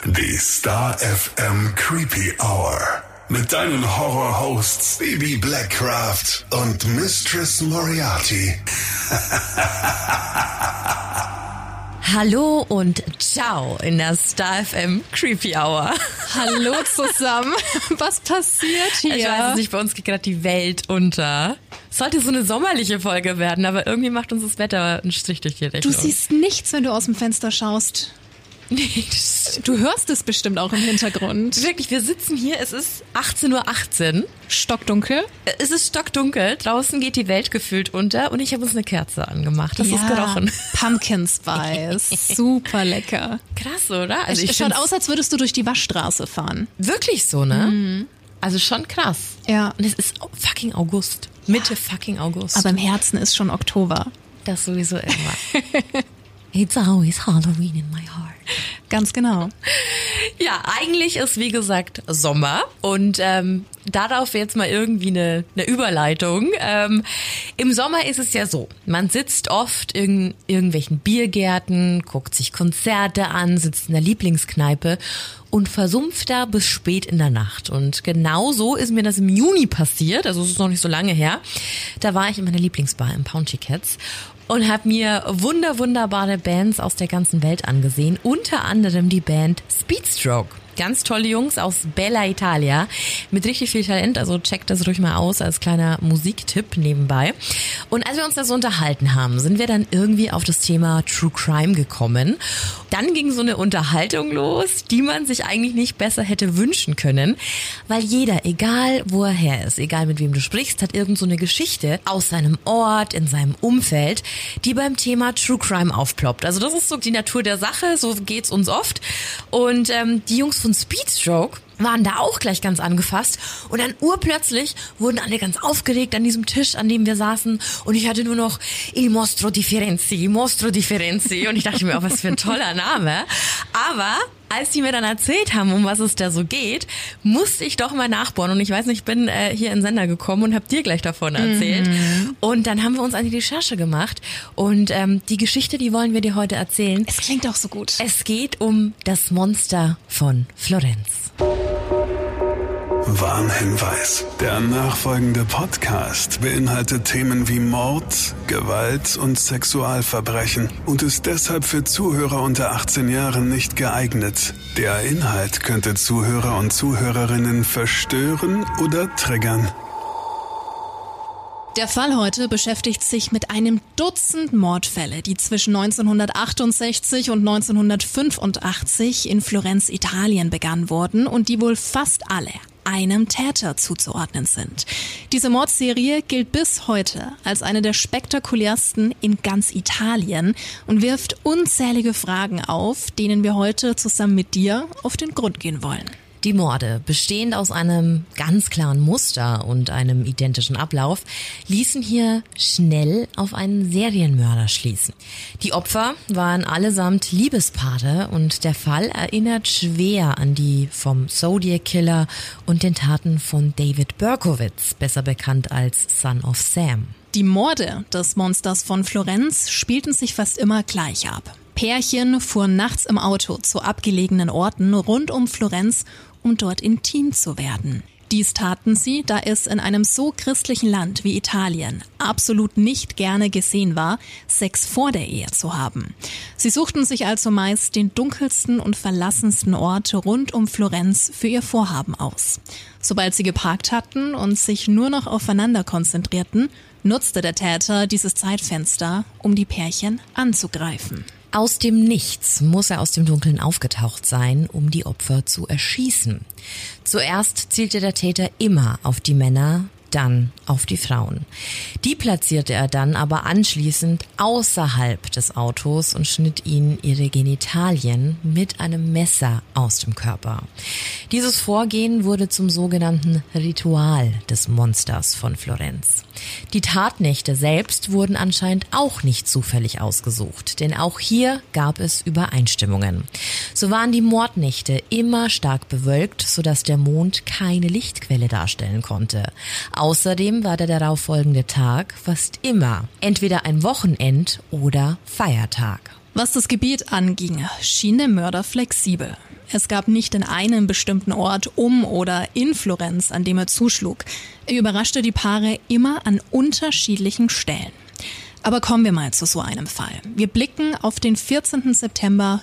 Die Star FM Creepy Hour. Mit deinen Horror-Hosts Baby Blackcraft und Mistress Moriarty. Hallo und ciao in der Star FM Creepy Hour. Hallo zusammen. Was passiert hier? Ich weiß es nicht, bei uns geht gerade die Welt unter. Es sollte so eine sommerliche Folge werden, aber irgendwie macht uns das Wetter einen Strich durch die Rechnung. Du siehst nichts, wenn du aus dem Fenster schaust. Nichts. Du hörst es bestimmt auch im Hintergrund. Wirklich, wir sitzen hier, es ist 18:18 Uhr. Stockdunkel. Es ist stockdunkel, draußen geht die Welt gefühlt unter und ich habe uns eine Kerze angemacht. Das ist gerochen. Pumpkin Spice. Super lecker. Krass, oder? Also Es schaut aus, als würdest du durch die Waschstraße fahren. Wirklich so, ne? Mhm. Also schon krass. Ja. Und es ist fucking August. Mitte fucking August. Aber im Herzen ist schon Oktober. Das sowieso immer. It's always Halloween in my heart. Ganz genau. Ja, eigentlich ist, wie gesagt, Sommer und darauf jetzt mal irgendwie eine Überleitung. Im Sommer ist es ja so, man sitzt oft in irgendwelchen Biergärten, guckt sich Konzerte an, sitzt in der Lieblingskneipe und versumpft da bis spät in der Nacht. Und genau so ist mir das im Juni passiert, also es ist noch nicht so lange her. Da war ich in meiner Lieblingsbar im Pouncy Cats und habe mir wunderbare Bands aus der ganzen Welt angesehen. Unter anderem die Band Speedstroke. Ganz tolle Jungs aus Bella Italia mit richtig viel Talent, also checkt das ruhig mal aus als kleiner Musiktipp nebenbei. Und als wir uns da so unterhalten haben, sind wir dann irgendwie auf das Thema True Crime gekommen. Dann ging so eine Unterhaltung los, die man sich eigentlich nicht besser hätte wünschen können, weil jeder, egal wo er her ist, egal mit wem du sprichst, hat irgend so eine Geschichte aus seinem Ort, in seinem Umfeld, die beim Thema True Crime aufploppt. Also das ist so die Natur der Sache, so geht's uns oft. Und die Jungs von Speedstroke waren da auch gleich ganz angefasst und dann urplötzlich wurden alle ganz aufgeregt an diesem Tisch, an dem wir saßen und ich hatte nur noch Il Mostro Differenzi und ich dachte mir, oh, was für ein toller Name. Aber als die mir dann erzählt haben, um was es da so geht, musste ich doch mal nachbohren und ich weiß nicht, ich bin hier in den Sender gekommen und habe dir gleich davon erzählt und dann haben wir uns an die Recherche gemacht und die Geschichte, die wollen wir dir heute erzählen. Es klingt auch so gut. Es geht um das Monster von Florenz. Warnhinweis. Der nachfolgende Podcast beinhaltet Themen wie Mord, Gewalt und Sexualverbrechen und ist deshalb für Zuhörer unter 18 Jahren nicht geeignet. Der Inhalt könnte Zuhörer und Zuhörerinnen verstören oder triggern. Der Fall heute beschäftigt sich mit einem Dutzend Mordfälle, die zwischen 1968 und 1985 in Florenz, Italien begangen wurden und die wohl fast alle einem Täter zuzuordnen sind. Diese Mordserie gilt bis heute als eine der spektakulärsten in ganz Italien und wirft unzählige Fragen auf, denen wir heute zusammen mit dir auf den Grund gehen wollen. Die Morde, bestehend aus einem ganz klaren Muster und einem identischen Ablauf, ließen hier schnell auf einen Serienmörder schließen. Die Opfer waren allesamt Liebespaare und der Fall erinnert schwer an die vom Zodiac Killer und den Taten von David Berkowitz, besser bekannt als Son of Sam. Die Morde des Monsters von Florenz spielten sich fast immer gleich ab. Pärchen fuhren nachts im Auto zu abgelegenen Orten rund um Florenz, um dort intim zu werden. Dies taten sie, da es in einem so christlichen Land wie Italien absolut nicht gerne gesehen war, Sex vor der Ehe zu haben. Sie suchten sich also meist den dunkelsten und verlassensten Ort rund um Florenz für ihr Vorhaben aus. Sobald sie geparkt hatten und sich nur noch aufeinander konzentrierten, nutzte der Täter dieses Zeitfenster, um die Pärchen anzugreifen. Aus dem Nichts muss er aus dem Dunkeln aufgetaucht sein, um die Opfer zu erschießen. Zuerst zielte der Täter immer auf die Männer, dann auf die Frauen. Die platzierte er dann aber anschließend außerhalb des Autos und schnitt ihnen ihre Genitalien mit einem Messer aus dem Körper. Dieses Vorgehen wurde zum sogenannten Ritual des Monsters von Florenz. Die Tatnächte selbst wurden anscheinend auch nicht zufällig ausgesucht, denn auch hier gab es Übereinstimmungen. So waren die Mordnächte immer stark bewölkt, sodass der Mond keine Lichtquelle darstellen konnte. Außerdem war der darauffolgende Tag fast immer entweder ein Wochenend- oder Feiertag. Was das Gebiet anging, schien der Mörder flexibel. Es gab nicht den einen bestimmten Ort oder in Florenz, an dem er zuschlug. Er überraschte die Paare immer an unterschiedlichen Stellen. Aber kommen wir mal zu so einem Fall. Wir blicken auf den 14. September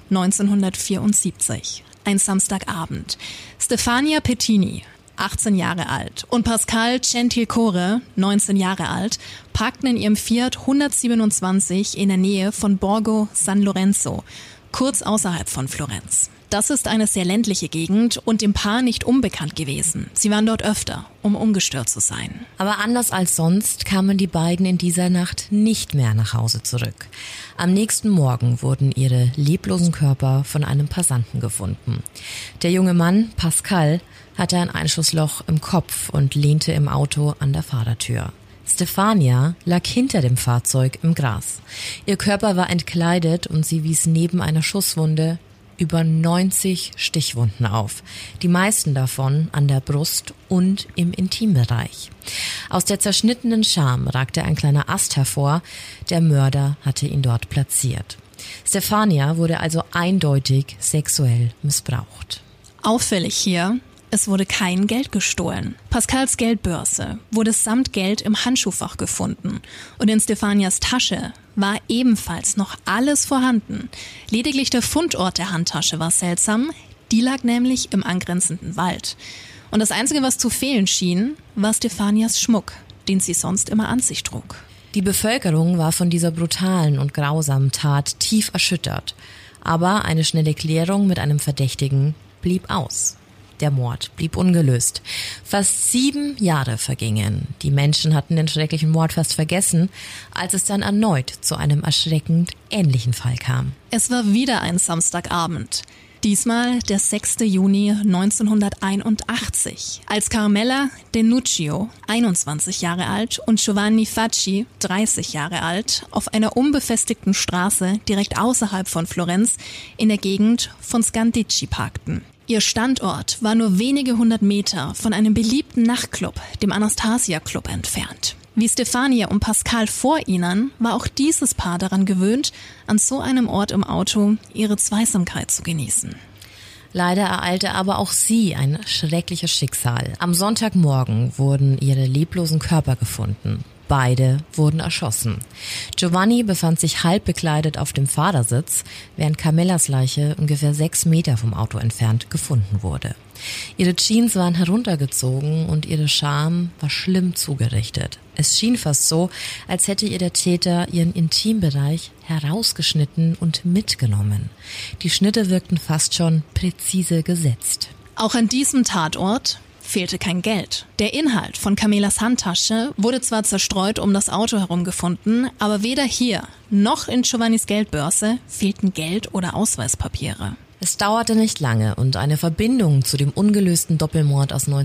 1974, ein Samstagabend. Stefania Pettini, 18 Jahre alt, und Pascal Gentilcore, 19 Jahre alt, parkten in ihrem Fiat 127 in der Nähe von Borgo San Lorenzo, kurz außerhalb von Florenz. Das ist eine sehr ländliche Gegend und dem Paar nicht unbekannt gewesen. Sie waren dort öfter, um ungestört zu sein. Aber anders als sonst kamen die beiden in dieser Nacht nicht mehr nach Hause zurück. Am nächsten Morgen wurden ihre leblosen Körper von einem Passanten gefunden. Der junge Mann, Pascal, hatte ein Einschussloch im Kopf und lehnte im Auto an der Fahrertür. Stefania lag hinter dem Fahrzeug im Gras. Ihr Körper war entkleidet und sie wies neben einer Schusswunde über 90 Stichwunden auf, die meisten davon an der Brust und im Intimbereich. Aus der zerschnittenen Scham ragte ein kleiner Ast hervor, der Mörder hatte ihn dort platziert. Stefania wurde also eindeutig sexuell missbraucht. Auffällig hier: Es wurde kein Geld gestohlen. Pascals Geldbörse wurde samt Geld im Handschuhfach gefunden. Und in Stefanias Tasche war ebenfalls noch alles vorhanden. Lediglich der Fundort der Handtasche war seltsam. Die lag nämlich im angrenzenden Wald. Und das Einzige, was zu fehlen schien, war Stefanias Schmuck, den sie sonst immer an sich trug. Die Bevölkerung war von dieser brutalen und grausamen Tat tief erschüttert. Aber eine schnelle Klärung mit einem Verdächtigen blieb aus. Der Mord blieb ungelöst. Fast 7 Jahre vergingen. Die Menschen hatten den schrecklichen Mord fast vergessen, als es dann erneut zu einem erschreckend ähnlichen Fall kam. Es war wieder ein Samstagabend. Diesmal der 6. Juni 1981, als Carmela Denuccio, 21 Jahre alt, und Giovanni Facci, 30 Jahre alt, auf einer unbefestigten Straße direkt außerhalb von Florenz in der Gegend von Scandicci parkten. Ihr Standort war nur wenige 100 Meter von einem beliebten Nachtclub, dem Anastasia Club, entfernt. Wie Stefania und Pascal vor ihnen war auch dieses Paar daran gewöhnt, an so einem Ort im Auto ihre Zweisamkeit zu genießen. Leider ereilte aber auch sie ein schreckliches Schicksal. Am Sonntagmorgen wurden ihre leblosen Körper gefunden. Beide wurden erschossen. Giovanni befand sich halb bekleidet auf dem Fahrersitz, während Carmelas Leiche ungefähr 6 Meter vom Auto entfernt gefunden wurde. Ihre Jeans waren heruntergezogen und ihre Scham war schlimm zugerichtet. Es schien fast so, als hätte ihr der Täter ihren Intimbereich herausgeschnitten und mitgenommen. Die Schnitte wirkten fast schon präzise gesetzt. Auch an diesem Tatort fehlte kein Geld. Der Inhalt von Carmelas Handtasche wurde zwar zerstreut um das Auto herum gefunden, aber weder hier noch in Giovannis Geldbörse fehlten Geld- oder Ausweispapiere. Es dauerte nicht lange und eine Verbindung zu dem ungelösten Doppelmord aus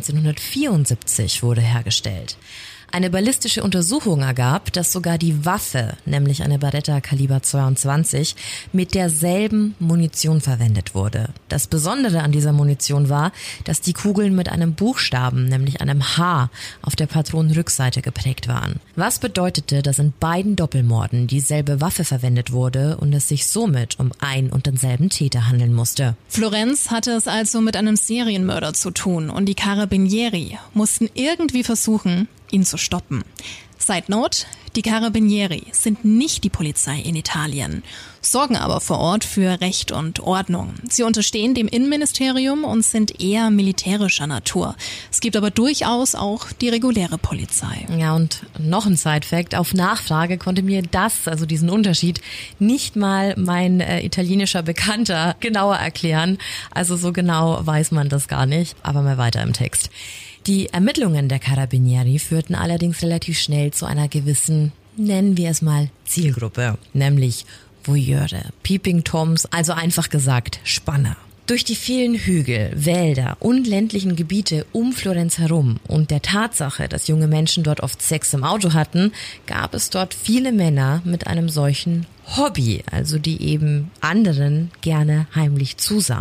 1974 wurde hergestellt. Eine ballistische Untersuchung ergab, dass sogar die Waffe, nämlich eine Beretta Kaliber 22, mit derselben Munition verwendet wurde. Das Besondere an dieser Munition war, dass die Kugeln mit einem Buchstaben, nämlich einem H, auf der Patronenrückseite geprägt waren. Was bedeutete, dass in beiden Doppelmorden dieselbe Waffe verwendet wurde und es sich somit um ein und denselben Täter handeln musste. Florenz hatte es also mit einem Serienmörder zu tun und die Carabinieri mussten irgendwie versuchen, ihn zu stoppen. Side Note: Die Carabinieri sind nicht die Polizei in Italien, sorgen aber vor Ort für Recht und Ordnung. Sie unterstehen dem Innenministerium und sind eher militärischer Natur. Es gibt aber durchaus auch die reguläre Polizei. Ja, und noch ein Side-Fact: Auf Nachfrage konnte mir diesen Unterschied, nicht mal mein italienischer Bekannter genauer erklären. Also so genau weiß man das gar nicht. Aber mal weiter im Text. Die Ermittlungen der Carabinieri führten allerdings relativ schnell zu einer gewissen, nennen wir es mal, Zielgruppe, nämlich Voyeure, Peeping Toms, also einfach gesagt Spanner. Durch die vielen Hügel, Wälder und ländlichen Gebiete um Florenz herum und der Tatsache, dass junge Menschen dort oft Sex im Auto hatten, gab es dort viele Männer mit einem solchen Hobby, also die eben anderen gerne heimlich zusahen.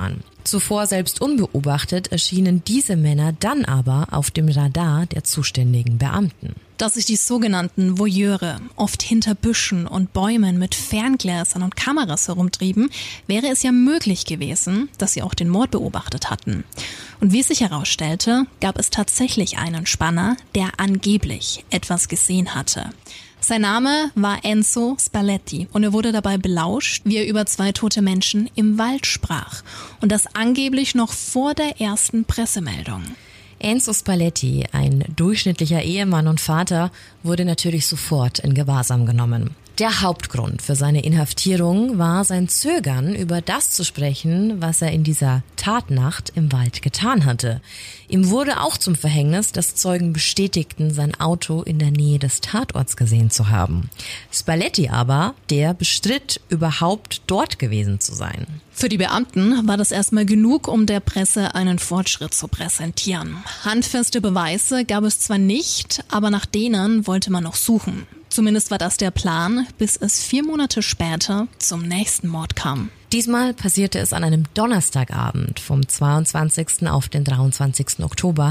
Zuvor selbst unbeobachtet erschienen diese Männer dann aber auf dem Radar der zuständigen Beamten. Dass sich die sogenannten Voyeure oft hinter Büschen und Bäumen mit Ferngläsern und Kameras herumtrieben, wäre es ja möglich gewesen, dass sie auch den Mord beobachtet hatten. Und wie es sich herausstellte, gab es tatsächlich einen Spanner, der angeblich etwas gesehen hatte. Sein Name war Enzo Spalletti und er wurde dabei belauscht, wie er über 2 tote Menschen im Wald sprach. Und das angeblich noch vor der ersten Pressemeldung. Enzo Spalletti, ein durchschnittlicher Ehemann und Vater, wurde natürlich sofort in Gewahrsam genommen. Der Hauptgrund für seine Inhaftierung war sein Zögern, über das zu sprechen, was er in dieser Tatnacht im Wald getan hatte. Ihm wurde auch zum Verhängnis, dass Zeugen bestätigten, sein Auto in der Nähe des Tatorts gesehen zu haben. Spalletti aber, der bestritt, überhaupt dort gewesen zu sein. Für die Beamten war das erstmal genug, um der Presse einen Fortschritt zu präsentieren. Handfeste Beweise gab es zwar nicht, aber nach denen wollte man noch suchen. Zumindest war das der Plan, bis es 4 Monate später zum nächsten Mord kam. Diesmal passierte es an einem Donnerstagabend vom 22. auf den 23. Oktober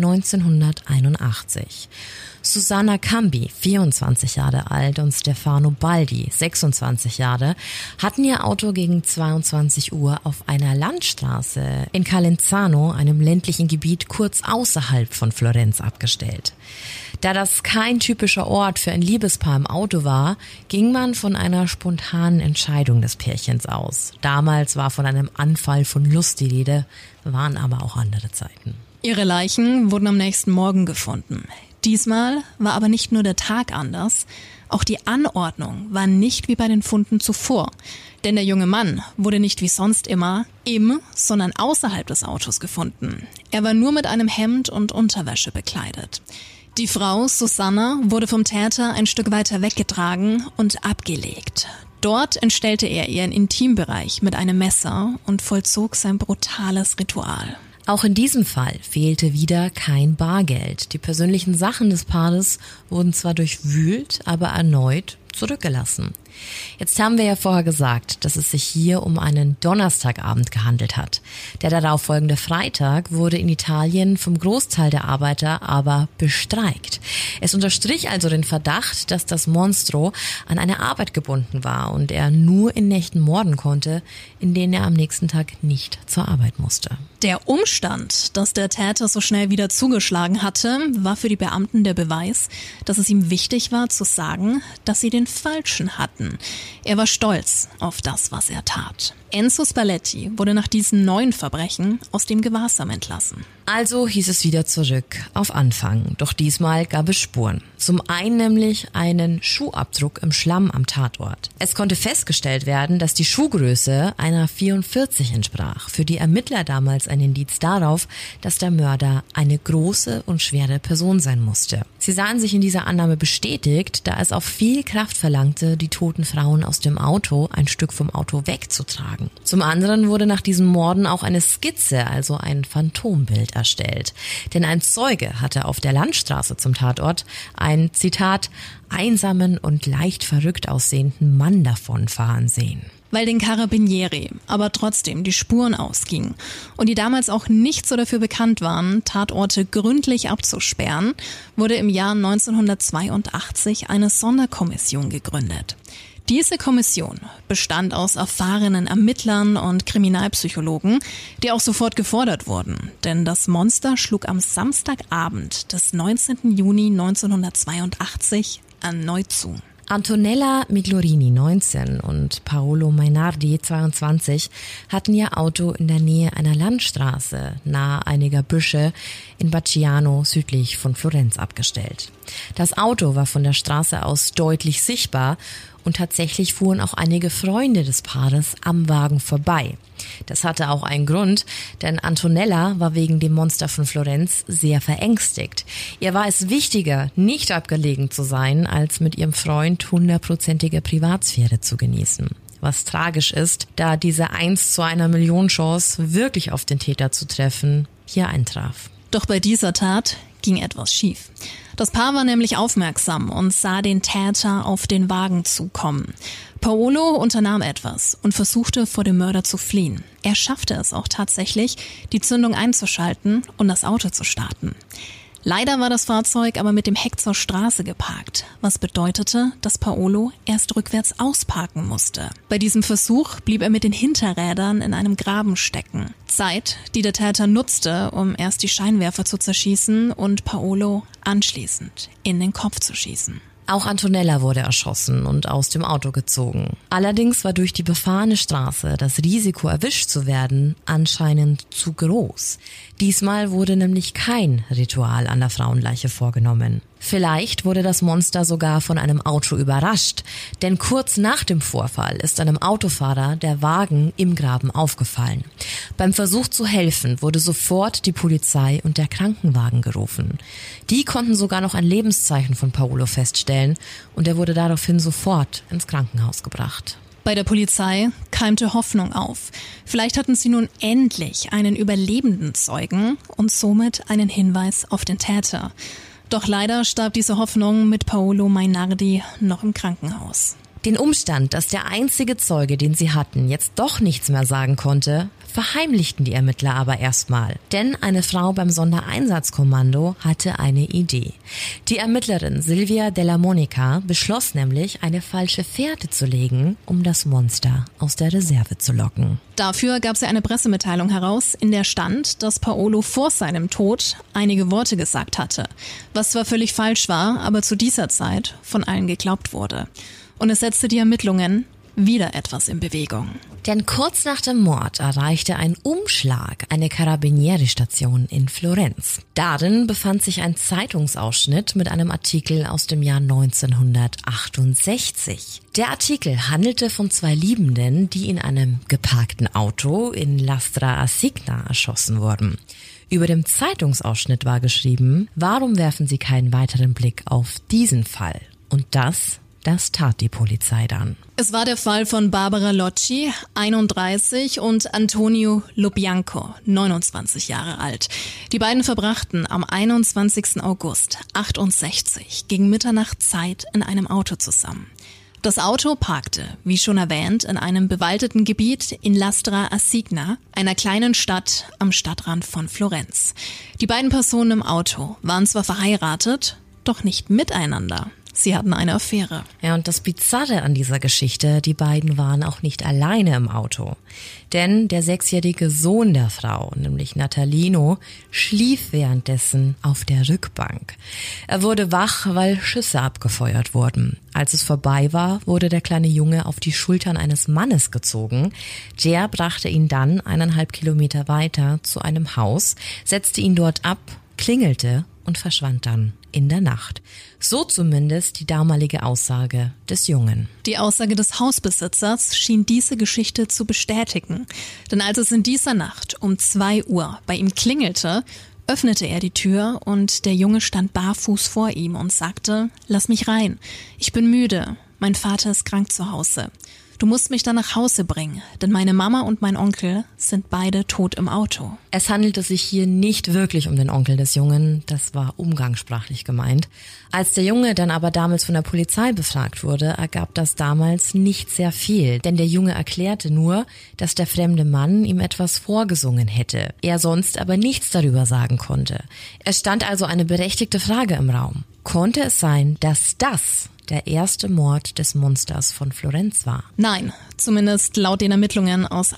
1981. Susanna Cambi, 24 Jahre alt, und Stefano Baldi, 26 Jahre, hatten ihr Auto gegen 22 Uhr auf einer Landstraße in Calenzano, einem ländlichen Gebiet kurz außerhalb von Florenz, abgestellt. Da das kein typischer Ort für ein Liebespaar im Auto war, ging man von einer spontanen Entscheidung des Pärchens aus. Damals war von einem Anfall von Lust die Rede, waren aber auch andere Zeiten. Ihre Leichen wurden am nächsten Morgen gefunden. Diesmal war aber nicht nur der Tag anders, auch die Anordnung war nicht wie bei den Funden zuvor. Denn der junge Mann wurde nicht wie sonst immer im, sondern außerhalb des Autos gefunden. Er war nur mit einem Hemd und Unterwäsche bekleidet. Die Frau, Susanna, wurde vom Täter ein Stück weiter weggetragen und abgelegt. Dort entstellte er ihren Intimbereich mit einem Messer und vollzog sein brutales Ritual. Auch in diesem Fall fehlte wieder kein Bargeld. Die persönlichen Sachen des Paares wurden zwar durchwühlt, aber erneut zurückgelassen. Jetzt haben wir ja vorher gesagt, dass es sich hier um einen Donnerstagabend gehandelt hat. Der darauffolgende Freitag wurde in Italien vom Großteil der Arbeiter aber bestreikt. Es unterstrich also den Verdacht, dass das Monstro an eine Arbeit gebunden war und er nur in Nächten morden konnte, in denen er am nächsten Tag nicht zur Arbeit musste. Der Umstand, dass der Täter so schnell wieder zugeschlagen hatte, war für die Beamten der Beweis, dass es ihm wichtig war zu sagen, dass sie den Falschen hatten. Er war stolz auf das, was er tat. Enzo Spalletti wurde nach diesen neuen Verbrechen aus dem Gewahrsam entlassen. Also hieß es wieder zurück auf Anfang, doch diesmal gab es Spuren. Zum einen nämlich einen Schuhabdruck im Schlamm am Tatort. Es konnte festgestellt werden, dass die Schuhgröße einer 44 entsprach. Für die Ermittler damals ein Indiz darauf, dass der Mörder eine große und schwere Person sein musste. Sie sahen sich in dieser Annahme bestätigt, da es auch viel Kraft verlangte, die toten Frauen aus dem Auto ein Stück vom Auto wegzutragen. Zum anderen wurde nach diesen Morden auch eine Skizze, also ein Phantombild, erstellt. Denn ein Zeuge hatte auf der Landstraße zum Tatort einen, Zitat, einsamen und leicht verrückt aussehenden Mann davonfahren sehen. Weil den Carabinieri aber trotzdem die Spuren ausgingen und die damals auch nicht so dafür bekannt waren, Tatorte gründlich abzusperren, wurde im Jahr 1982 eine Sonderkommission gegründet. Diese Kommission bestand aus erfahrenen Ermittlern und Kriminalpsychologen, die auch sofort gefordert wurden. Denn das Monster schlug am Samstagabend des 19. Juni 1982 erneut zu. Antonella Miglorini, 19, und Paolo Mainardi, 22, hatten ihr Auto in der Nähe einer Landstraße nahe einiger Büsche in Bacciano südlich von Florenz abgestellt. Das Auto war von der Straße aus deutlich sichtbar und tatsächlich fuhren auch einige Freunde des Paares am Wagen vorbei. Das hatte auch einen Grund, denn Antonella war wegen dem Monster von Florenz sehr verängstigt. Ihr war es wichtiger, nicht abgelegen zu sein, als mit ihrem Freund 100%ige Privatsphäre zu genießen. Was tragisch ist, da diese 1 zu 1 Million Chance, wirklich auf den Täter zu treffen, hier eintraf. Doch bei dieser Tat ging etwas schief. Das Paar war nämlich aufmerksam und sah den Täter auf den Wagen zukommen. Paolo unternahm etwas und versuchte, vor dem Mörder zu fliehen. Er schaffte es auch tatsächlich, die Zündung einzuschalten und das Auto zu starten. Leider war das Fahrzeug aber mit dem Heck zur Straße geparkt, was bedeutete, dass Paolo erst rückwärts ausparken musste. Bei diesem Versuch blieb er mit den Hinterrädern in einem Graben stecken. Zeit, die der Täter nutzte, um erst die Scheinwerfer zu zerschießen und Paolo anschließend in den Kopf zu schießen. Auch Antonella wurde erschossen und aus dem Auto gezogen. Allerdings war durch die befahrene Straße das Risiko, erwischt zu werden, anscheinend zu groß. Diesmal wurde nämlich kein Ritual an der Frauenleiche vorgenommen. Vielleicht wurde das Monster sogar von einem Auto überrascht, denn kurz nach dem Vorfall ist einem Autofahrer der Wagen im Graben aufgefallen. Beim Versuch zu helfen wurde sofort die Polizei und der Krankenwagen gerufen. Die konnten sogar noch ein Lebenszeichen von Paolo feststellen und er wurde daraufhin sofort ins Krankenhaus gebracht. Bei der Polizei keimte Hoffnung auf. Vielleicht hatten sie nun endlich einen überlebenden Zeugen und somit einen Hinweis auf den Täter. Doch leider starb diese Hoffnung mit Paolo Mainardi noch im Krankenhaus. Den Umstand, dass der einzige Zeuge, den sie hatten, jetzt doch nichts mehr sagen konnte, verheimlichten die Ermittler aber erstmal. Denn eine Frau beim Sondereinsatzkommando hatte eine Idee. Die Ermittlerin Silvia Della Monica beschloss nämlich, eine falsche Fährte zu legen, um das Monster aus der Reserve zu locken. Dafür gab sie eine Pressemitteilung heraus, in der stand, dass Paolo vor seinem Tod einige Worte gesagt hatte. Was zwar völlig falsch war, aber zu dieser Zeit von allen geglaubt wurde. Und es setzte die Ermittlungen wieder etwas in Bewegung. Denn kurz nach dem Mord erreichte ein Umschlag eine Carabinieri-Station in Florenz. Darin befand sich ein Zeitungsausschnitt mit einem Artikel aus dem Jahr 1968. Der Artikel handelte von 2 Liebenden, die in einem geparkten Auto in Lastra a Signa erschossen wurden. Über dem Zeitungsausschnitt war geschrieben: Warum werfen Sie keinen weiteren Blick auf diesen Fall? Und das tat die Polizei dann. Es war der Fall von Barbara Locci, 31, und Antonio Lobianco, 29 Jahre alt. Die beiden verbrachten am 21. August 68 gegen Mitternacht Zeit in einem Auto zusammen. Das Auto parkte, wie schon erwähnt, in einem bewaldeten Gebiet in Lastra a Signa, einer kleinen Stadt am Stadtrand von Florenz. Die beiden Personen im Auto waren zwar verheiratet, doch nicht miteinander. Sie hatten eine Affäre. Ja, und das Bizarre an dieser Geschichte, die beiden waren auch nicht alleine im Auto. Denn der 6-jährige Sohn der Frau, nämlich Natalino, schlief währenddessen auf der Rückbank. Er wurde wach, weil Schüsse abgefeuert wurden. Als es vorbei war, wurde der kleine Junge auf die Schultern eines Mannes gezogen. Der brachte ihn dann 1,5 Kilometer weiter zu einem Haus, setzte ihn dort ab, klingelte und verschwand dann in der Nacht. So zumindest die damalige Aussage des Jungen. Die Aussage des Hausbesitzers schien diese Geschichte zu bestätigen. Denn als es in dieser Nacht um 2 Uhr bei ihm klingelte, öffnete er die Tür und der Junge stand barfuß vor ihm und sagte: Lass mich rein, ich bin müde, mein Vater ist krank zu Hause. Du musst mich dann nach Hause bringen, denn meine Mama und mein Onkel sind beide tot im Auto. Es handelte sich hier nicht wirklich um den Onkel des Jungen, das war umgangssprachlich gemeint. Als der Junge dann aber damals von der Polizei befragt wurde, ergab das damals nicht sehr viel, denn der Junge erklärte nur, dass der fremde Mann ihm etwas vorgesungen hätte, er sonst aber nichts darüber sagen konnte. Es stand also eine berechtigte Frage im Raum. Konnte es sein, dass das der erste Mord des Monsters von Florenz war? Nein, zumindest laut den Ermittlungen aus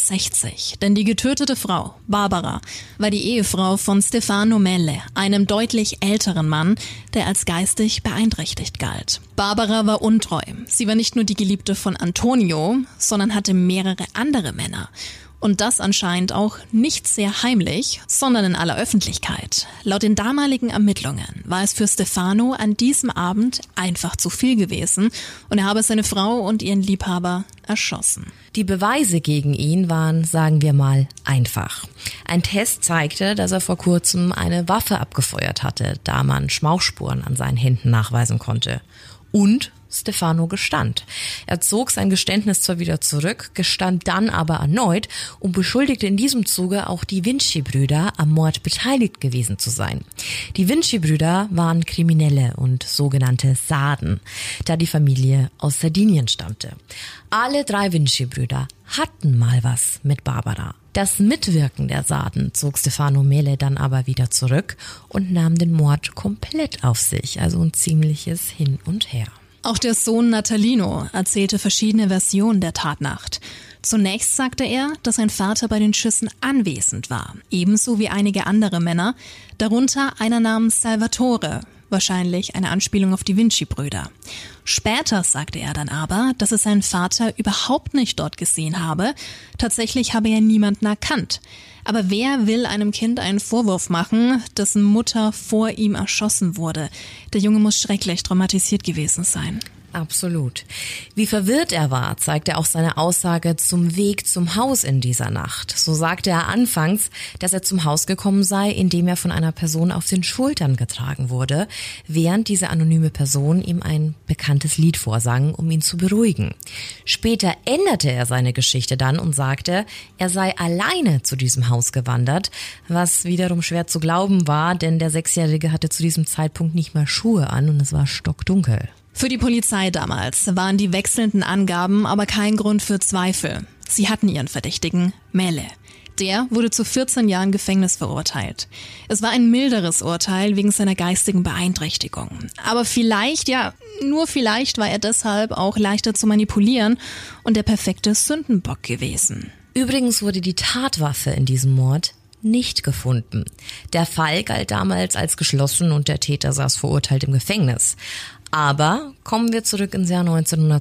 68. Denn die getötete Frau, Barbara, war die Ehefrau von Stefano Melle, einem deutlich älteren Mann, der als geistig beeinträchtigt galt. Barbara war untreu. Sie war nicht nur die Geliebte von Antonio, sondern hatte mehrere andere Männer. Und das anscheinend auch nicht sehr heimlich, sondern in aller Öffentlichkeit. Laut den damaligen Ermittlungen war es für Stefano an diesem Abend einfach zu viel gewesen und er habe seine Frau und ihren Liebhaber erschossen. Die Beweise gegen ihn waren, sagen wir mal, einfach. Ein Test zeigte, dass er vor kurzem eine Waffe abgefeuert hatte, da man Schmauchspuren an seinen Händen nachweisen konnte. Und Stefano gestand. Er zog sein Geständnis zwar wieder zurück, gestand dann aber erneut und beschuldigte in diesem Zuge auch die Vinci-Brüder, am Mord beteiligt gewesen zu sein. Die Vinci-Brüder waren Kriminelle und sogenannte Sarden, da die Familie aus Sardinien stammte. Alle 3 Vinci-Brüder hatten mal was mit Barbara. Das Mitwirken der Sarden zog Stefano Mele dann aber wieder zurück und nahm den Mord komplett auf sich, also ein ziemliches Hin und Her. Auch der Sohn Natalino erzählte verschiedene Versionen der Tatnacht. Zunächst sagte er, dass sein Vater bei den Schüssen anwesend war, ebenso wie einige andere Männer, darunter einer namens Salvatore, wahrscheinlich eine Anspielung auf die Vinci-Brüder. Später sagte er dann aber, dass er seinen Vater überhaupt nicht dort gesehen habe. Tatsächlich habe er niemanden erkannt. Aber wer will einem Kind einen Vorwurf machen, dessen Mutter vor ihm erschossen wurde? Der Junge muss schrecklich traumatisiert gewesen sein. Absolut. Wie verwirrt er war, zeigte auch seine Aussage zum Weg zum Haus in dieser Nacht. So sagte er anfangs, dass er zum Haus gekommen sei, indem er von einer Person auf den Schultern getragen wurde, während diese anonyme Person ihm ein bekanntes Lied vorsang, um ihn zu beruhigen. Später änderte er seine Geschichte dann und sagte, er sei alleine zu diesem Haus gewandert, was wiederum schwer zu glauben war, denn der 6-Jährige hatte zu diesem Zeitpunkt nicht mal Schuhe an und es war stockdunkel. Für die Polizei damals waren die wechselnden Angaben aber kein Grund für Zweifel. Sie hatten ihren Verdächtigen, Mele. Der wurde zu 14 Jahren Gefängnis verurteilt. Es war ein milderes Urteil wegen seiner geistigen Beeinträchtigung. Aber vielleicht, ja, nur vielleicht war er deshalb auch leichter zu manipulieren und der perfekte Sündenbock gewesen. Übrigens wurde die Tatwaffe in diesem Mord nicht gefunden. Der Fall galt damals als geschlossen und der Täter saß verurteilt im Gefängnis. Aber kommen wir zurück ins Jahr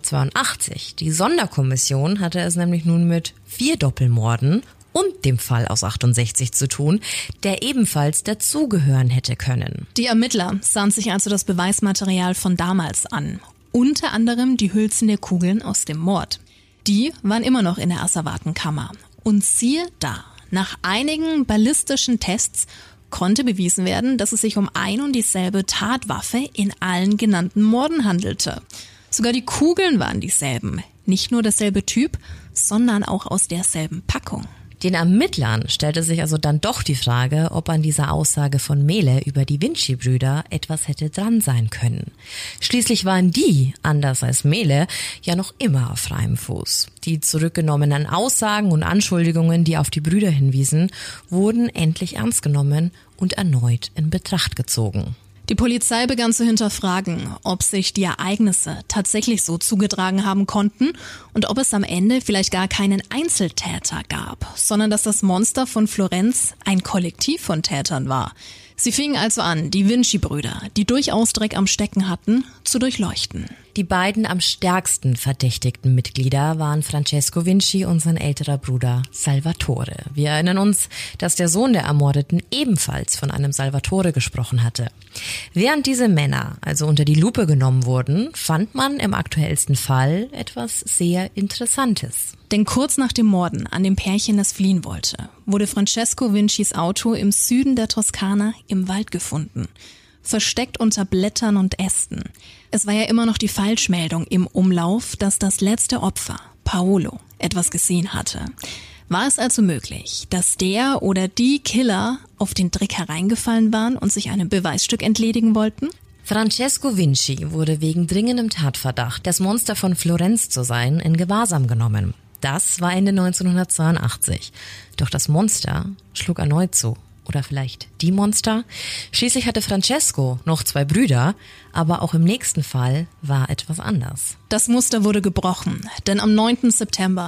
1982. Die Sonderkommission hatte es nämlich nun mit 4 Doppelmorden und dem Fall aus 68 zu tun, der ebenfalls dazugehören hätte können. Die Ermittler sahen sich also das Beweismaterial von damals an. Unter anderem die Hülsen der Kugeln aus dem Mord. Die waren immer noch in der Asservatenkammer. Und siehe da, nach einigen ballistischen Tests konnte bewiesen werden, dass es sich um ein und dieselbe Tatwaffe in allen genannten Morden handelte. Sogar die Kugeln waren dieselben. Nicht nur derselbe Typ, sondern auch aus derselben Packung. Den Ermittlern stellte sich also dann doch die Frage, ob an dieser Aussage von Mele über die Vinci-Brüder etwas hätte dran sein können. Schließlich waren die, anders als Mele, ja noch immer auf freiem Fuß. Die zurückgenommenen Aussagen und Anschuldigungen, die auf die Brüder hinwiesen, wurden endlich ernst genommen und erneut in Betracht gezogen. Die Polizei begann zu hinterfragen, ob sich die Ereignisse tatsächlich so zugetragen haben konnten und ob es am Ende vielleicht gar keinen Einzeltäter gab, sondern dass das Monster von Florenz ein Kollektiv von Tätern war. Sie fingen also an, die Vinci-Brüder, die durchaus Dreck am Stecken hatten, zu durchleuchten. Die beiden am stärksten verdächtigten Mitglieder waren Francesco Vinci und sein älterer Bruder Salvatore. Wir erinnern uns, dass der Sohn der Ermordeten ebenfalls von einem Salvatore gesprochen hatte. Während diese Männer also unter die Lupe genommen wurden, fand man im aktuellsten Fall etwas sehr Interessantes. Denn kurz nach dem Morden an dem Pärchen, das fliehen wollte, wurde Francesco Vincis Auto im Süden der Toskana im Wald gefunden. Versteckt unter Blättern und Ästen. Es war ja immer noch die Falschmeldung im Umlauf, dass das letzte Opfer, Paolo, etwas gesehen hatte. War es also möglich, dass der oder die Killer auf den Trick hereingefallen waren und sich einem Beweisstück entledigen wollten? Francesco Vinci wurde wegen dringendem Tatverdacht, das Monster von Florenz zu sein, in Gewahrsam genommen. Das war Ende 1982. Doch das Monster schlug erneut zu. Oder vielleicht die Monster? Schließlich hatte Francesco noch 2 Brüder, aber auch im nächsten Fall war etwas anders. Das Muster wurde gebrochen, denn am 9. September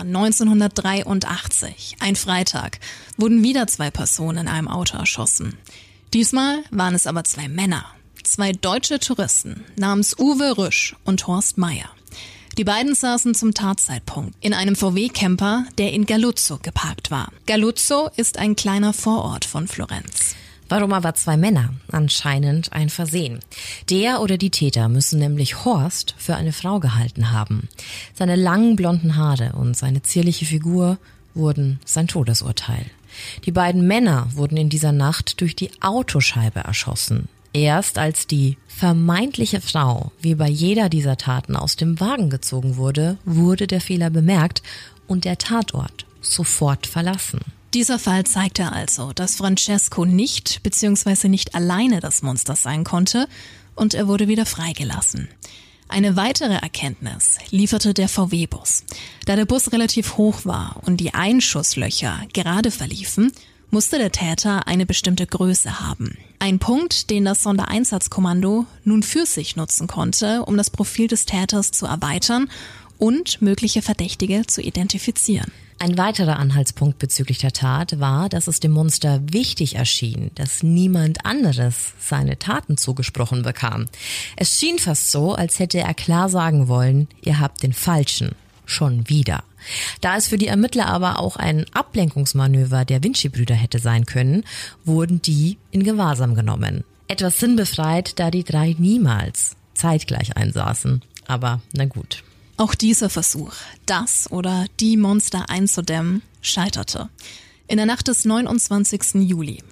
1983, ein Freitag, wurden wieder 2 Personen in einem Auto erschossen. Diesmal waren es aber 2 Männer, 2 deutsche Touristen namens Uwe Rüsch und Horst Meier. Die beiden saßen zum Tatzeitpunkt in einem VW-Camper, der in Galluzzo geparkt war. Galluzzo ist ein kleiner Vorort von Florenz. Warum aber 2 Männer? Anscheinend ein Versehen. Der oder die Täter müssen nämlich Horst für eine Frau gehalten haben. Seine langen blonden Haare und seine zierliche Figur wurden sein Todesurteil. Die beiden Männer wurden in dieser Nacht durch die Autoscheibe erschossen. Erst als die vermeintliche Frau wie bei jeder dieser Taten aus dem Wagen gezogen wurde, wurde der Fehler bemerkt und der Tatort sofort verlassen. Dieser Fall zeigte also, dass Francesco nicht bzw. nicht alleine das Monster sein konnte und er wurde wieder freigelassen. Eine weitere Erkenntnis lieferte der VW-Bus. Da der Bus relativ hoch war und die Einschusslöcher gerade verliefen, musste der Täter eine bestimmte Größe haben. Ein Punkt, den das Sondereinsatzkommando nun für sich nutzen konnte, um das Profil des Täters zu erweitern und mögliche Verdächtige zu identifizieren. Ein weiterer Anhaltspunkt bezüglich der Tat war, dass es dem Monster wichtig erschien, dass niemand anderes seine Taten zugesprochen bekam. Es schien fast so, als hätte er klar sagen wollen, ihr habt den Falschen. Schon wieder. Da es für die Ermittler aber auch ein Ablenkungsmanöver der Vinci-Brüder hätte sein können, wurden die in Gewahrsam genommen. Etwas sinnbefreit, da die drei niemals zeitgleich einsaßen. Aber na gut. Auch dieser Versuch, das oder die Monster einzudämmen, scheiterte. In der Nacht des 29. Juli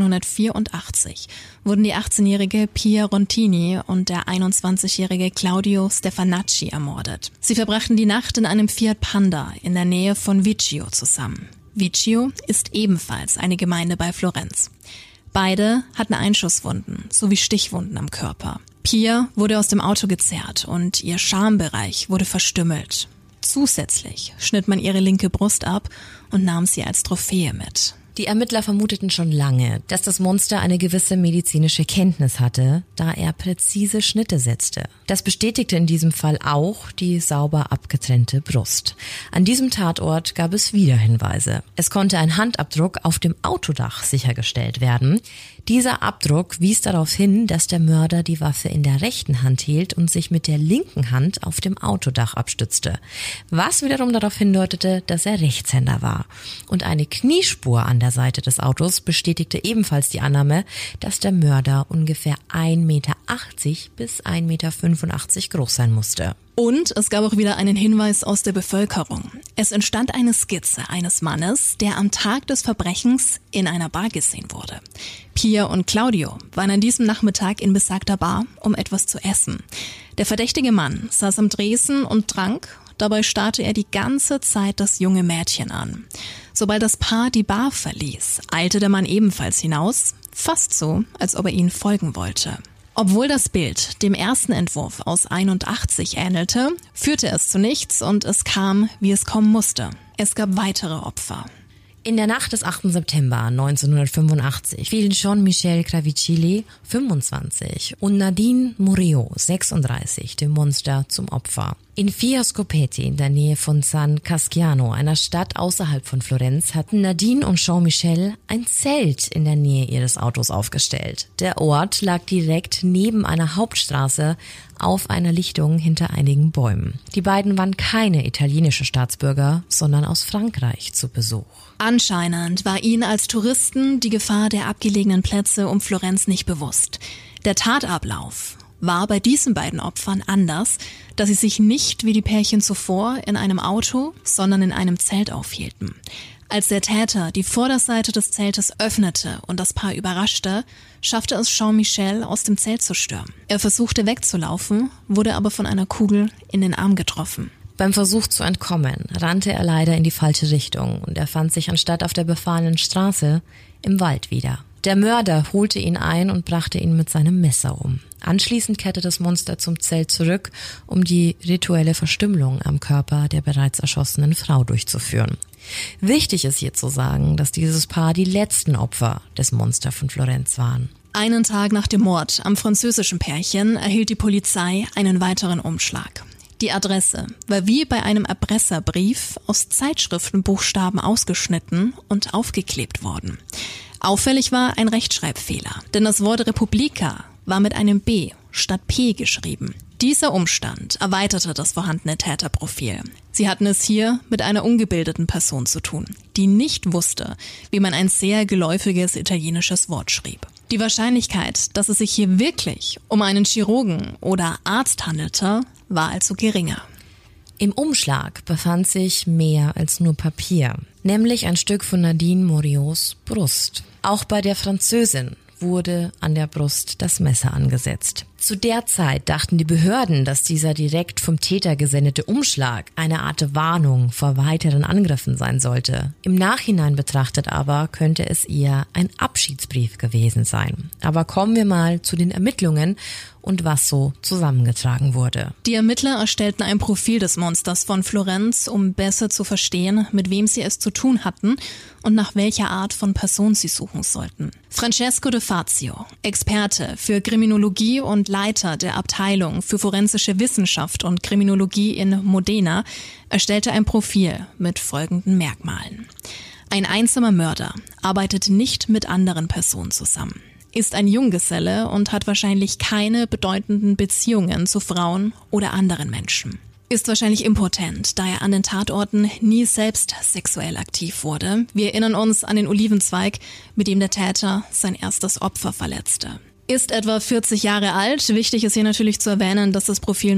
1984 wurden die 18-jährige Pia Rontini und der 21-jährige Claudio Stefanacci ermordet. Sie verbrachten die Nacht in einem Fiat Panda in der Nähe von Viccio zusammen. Viccio ist ebenfalls eine Gemeinde bei Florenz. Beide hatten Einschusswunden sowie Stichwunden am Körper. Pia wurde aus dem Auto gezerrt und ihr Schambereich wurde verstümmelt. Zusätzlich schnitt man ihre linke Brust ab und nahm sie als Trophäe mit. Die Ermittler vermuteten schon lange, dass das Monster eine gewisse medizinische Kenntnis hatte, da er präzise Schnitte setzte. Das bestätigte in diesem Fall auch die sauber abgetrennte Brust. An diesem Tatort gab es wieder Hinweise. Es konnte ein Handabdruck auf dem Autodach sichergestellt werden. Dieser Abdruck wies darauf hin, dass der Mörder die Waffe in der rechten Hand hielt und sich mit der linken Hand auf dem Autodach abstützte. Was wiederum darauf hindeutete, dass er Rechtshänder war. Und eine Kniespur an der Seite des Autos bestätigte ebenfalls die Annahme, dass der Mörder ungefähr 1,80 Meter bis 1,85 Meter groß sein musste. Und es gab auch wieder einen Hinweis aus der Bevölkerung. Es entstand eine Skizze eines Mannes, der am Tag des Verbrechens in einer Bar gesehen wurde. Pia und Claudio waren an diesem Nachmittag in besagter Bar, um etwas zu essen. Der verdächtige Mann saß am Tresen und trank. Dabei starrte er die ganze Zeit das junge Mädchen an. Sobald das Paar die Bar verließ, eilte der Mann ebenfalls hinaus, fast so, als ob er ihnen folgen wollte. Obwohl das Bild dem ersten Entwurf aus 81 ähnelte, führte es zu nichts und es kam, wie es kommen musste. Es gab weitere Opfer. In der Nacht des 8. September 1985 fielen Jean-Michel Cravicilli, 25, und Nadine Murillo, 36, dem Monster zum Opfer. In Fiascopetti in der Nähe von San Casciano, einer Stadt außerhalb von Florenz, hatten Nadine und Jean-Michel ein Zelt in der Nähe ihres Autos aufgestellt. Der Ort lag direkt neben einer Hauptstraße auf einer Lichtung hinter einigen Bäumen. Die beiden waren keine italienische Staatsbürger, sondern aus Frankreich zu Besuch. Anscheinend war ihnen als Touristen die Gefahr der abgelegenen Plätze um Florenz nicht bewusst. Der Tatablauf war bei diesen beiden Opfern anders, da sie sich nicht wie die Pärchen zuvor in einem Auto, sondern in einem Zelt aufhielten. Als der Täter die Vorderseite des Zeltes öffnete und das Paar überraschte, schaffte es Jean-Michel aus dem Zelt zu stürmen. Er versuchte wegzulaufen, wurde aber von einer Kugel in den Arm getroffen. Beim Versuch zu entkommen, rannte er leider in die falsche Richtung und er fand sich anstatt auf der befahrenen Straße im Wald wieder. Der Mörder holte ihn ein und brachte ihn mit seinem Messer um. Anschließend kehrte das Monster zum Zelt zurück, um die rituelle Verstümmelung am Körper der bereits erschossenen Frau durchzuführen. Wichtig ist hier zu sagen, dass dieses Paar die letzten Opfer des Monster von Florenz waren. Einen Tag nach dem Mord am französischen Pärchen erhielt die Polizei einen weiteren Umschlag. Die Adresse war wie bei einem Erpresserbrief aus Zeitschriftenbuchstaben ausgeschnitten und aufgeklebt worden. Auffällig war ein Rechtschreibfehler, denn das Wort Republika war mit einem B statt P geschrieben. Dieser Umstand erweiterte das vorhandene Täterprofil. Sie hatten es hier mit einer ungebildeten Person zu tun, die nicht wusste, wie man ein sehr geläufiges italienisches Wort schrieb. Die Wahrscheinlichkeit, dass es sich hier wirklich um einen Chirurgen oder Arzt handelte, war also geringer. Im Umschlag befand sich mehr als nur Papier, nämlich ein Stück von Nadine Murillos Brust. Auch bei der Französin wurde an der Brust das Messer angesetzt. Zu der Zeit dachten die Behörden, dass dieser direkt vom Täter gesendete Umschlag eine Art Warnung vor weiteren Angriffen sein sollte. Im Nachhinein betrachtet aber könnte es eher ein Abschiedsbrief gewesen sein. Aber kommen wir mal zu den Ermittlungen und was so zusammengetragen wurde. Die Ermittler erstellten ein Profil des Monsters von Florenz, um besser zu verstehen, mit wem sie es zu tun hatten und nach welcher Art von Person sie suchen sollten. Francesco De Fazio, Experte für Kriminologie und Leiter der Abteilung für forensische Wissenschaft und Kriminologie in Modena, erstellte ein Profil mit folgenden Merkmalen. Ein einsamer Mörder, arbeitet nicht mit anderen Personen zusammen, ist ein Junggeselle und hat wahrscheinlich keine bedeutenden Beziehungen zu Frauen oder anderen Menschen. Ist wahrscheinlich impotent, da er an den Tatorten nie selbst sexuell aktiv wurde. Wir erinnern uns an den Olivenzweig, mit dem der Täter sein erstes Opfer verletzte. Ist etwa 40 Jahre alt. Wichtig ist hier natürlich zu erwähnen, dass das Profil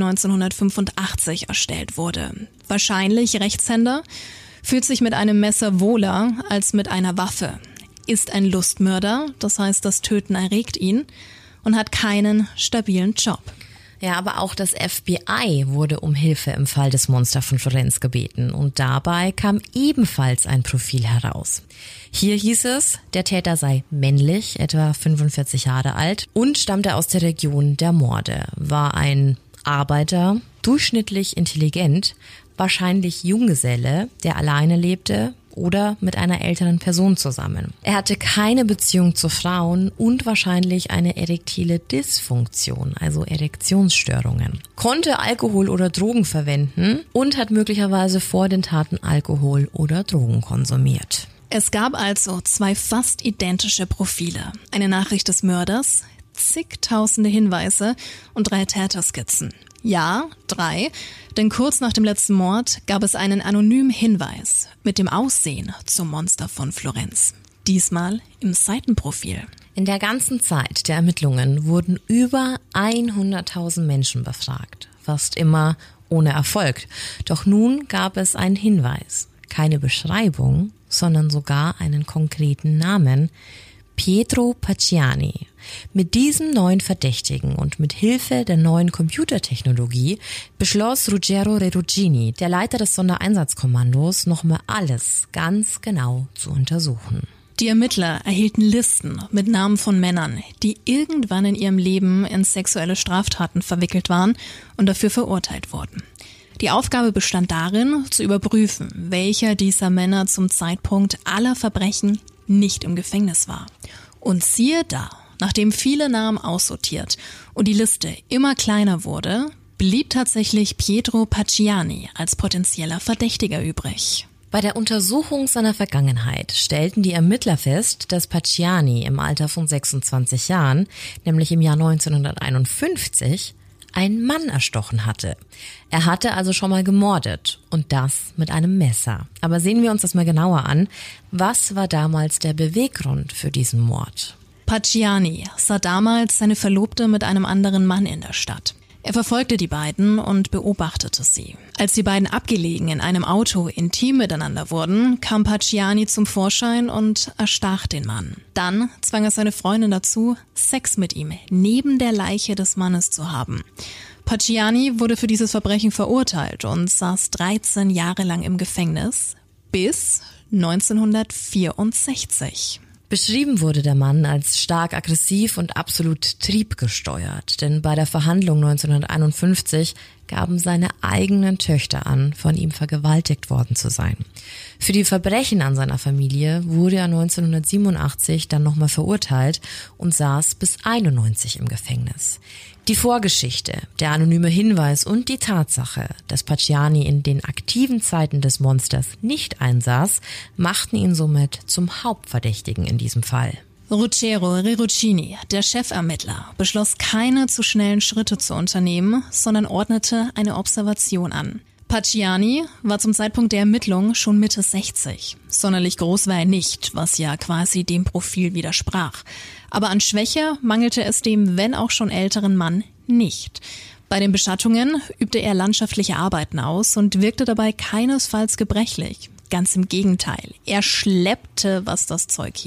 1985 erstellt wurde. Wahrscheinlich Rechtshänder, fühlt sich mit einem Messer wohler als mit einer Waffe. Ist ein Lustmörder, das heißt, das Töten erregt ihn und hat keinen stabilen Job. Ja, aber auch das FBI wurde um Hilfe im Fall des Monster von Florenz gebeten und dabei kam ebenfalls ein Profil heraus. Hier hieß es, der Täter sei männlich, etwa 45 Jahre alt und stammte aus der Region der Morde, war ein Arbeiter, durchschnittlich intelligent, wahrscheinlich Junggeselle, der alleine lebte oder mit einer älteren Person zusammen. Er hatte keine Beziehung zu Frauen und wahrscheinlich eine erektile Dysfunktion, also Erektionsstörungen. Konnte Alkohol oder Drogen verwenden und hat möglicherweise vor den Taten Alkohol oder Drogen konsumiert. Es gab also 2 fast identische Profile. Eine Nachricht des Mörders, zigtausende Hinweise und 3 Täterskizzen. Ja, 3, denn kurz nach dem letzten Mord gab es einen anonymen Hinweis mit dem Aussehen zum Monster von Florenz. Diesmal im Seitenprofil. In der ganzen Zeit der Ermittlungen wurden über 100.000 Menschen befragt. Fast immer ohne Erfolg. Doch nun gab es einen Hinweis. Keine Beschreibung, sondern sogar einen konkreten Namen. Pietro Pacciani. Mit diesem neuen Verdächtigen und mit Hilfe der neuen Computertechnologie beschloss Ruggero Redrucini, der Leiter des Sondereinsatzkommandos, nochmal alles ganz genau zu untersuchen. Die Ermittler erhielten Listen mit Namen von Männern, die irgendwann in ihrem Leben in sexuelle Straftaten verwickelt waren und dafür verurteilt wurden. Die Aufgabe bestand darin, zu überprüfen, welcher dieser Männer zum Zeitpunkt aller Verbrechen nicht im Gefängnis war. Und siehe da, nachdem viele Namen aussortiert und die Liste immer kleiner wurde, blieb tatsächlich Pietro Pacciani als potenzieller Verdächtiger übrig. Bei der Untersuchung seiner Vergangenheit stellten die Ermittler fest, dass Pacciani im Alter von 26 Jahren, nämlich im Jahr 1951, einen Mann erstochen hatte. Er hatte also schon mal gemordet und das mit einem Messer. Aber sehen wir uns das mal genauer an. Was war damals der Beweggrund für diesen Mord? Pacciani sah damals seine Verlobte mit einem anderen Mann in der Stadt. Er verfolgte die beiden und beobachtete sie. Als die beiden abgelegen in einem Auto intim miteinander wurden, kam Pacciani zum Vorschein und erstach den Mann. Dann zwang er seine Freundin dazu, Sex mit ihm neben der Leiche des Mannes zu haben. Pacciani wurde für dieses Verbrechen verurteilt und saß 13 Jahre lang im Gefängnis bis 1964. Beschrieben wurde der Mann als stark aggressiv und absolut triebgesteuert, denn bei der Verhandlung 1951 gaben seine eigenen Töchter an, von ihm vergewaltigt worden zu sein. Für die Verbrechen an seiner Familie wurde er 1987 dann nochmal verurteilt und saß bis 91 im Gefängnis. Die Vorgeschichte, der anonyme Hinweis und die Tatsache, dass Pacciani in den aktiven Zeiten des Monsters nicht einsaß, machten ihn somit zum Hauptverdächtigen in diesem Fall. Ruggero Redrucini, der Chefermittler, beschloss keine zu schnellen Schritte zu unternehmen, sondern ordnete eine Observation an. Pacciani war zum Zeitpunkt der Ermittlung schon Mitte 60. Sonderlich groß war er nicht, was ja quasi dem Profil widersprach. Aber an Schwäche mangelte es dem, wenn auch schon älteren Mann, nicht. Bei den Beschattungen übte er landschaftliche Arbeiten aus und wirkte dabei keinesfalls gebrechlich. Ganz im Gegenteil, er schleppte, was das Zeug hielt.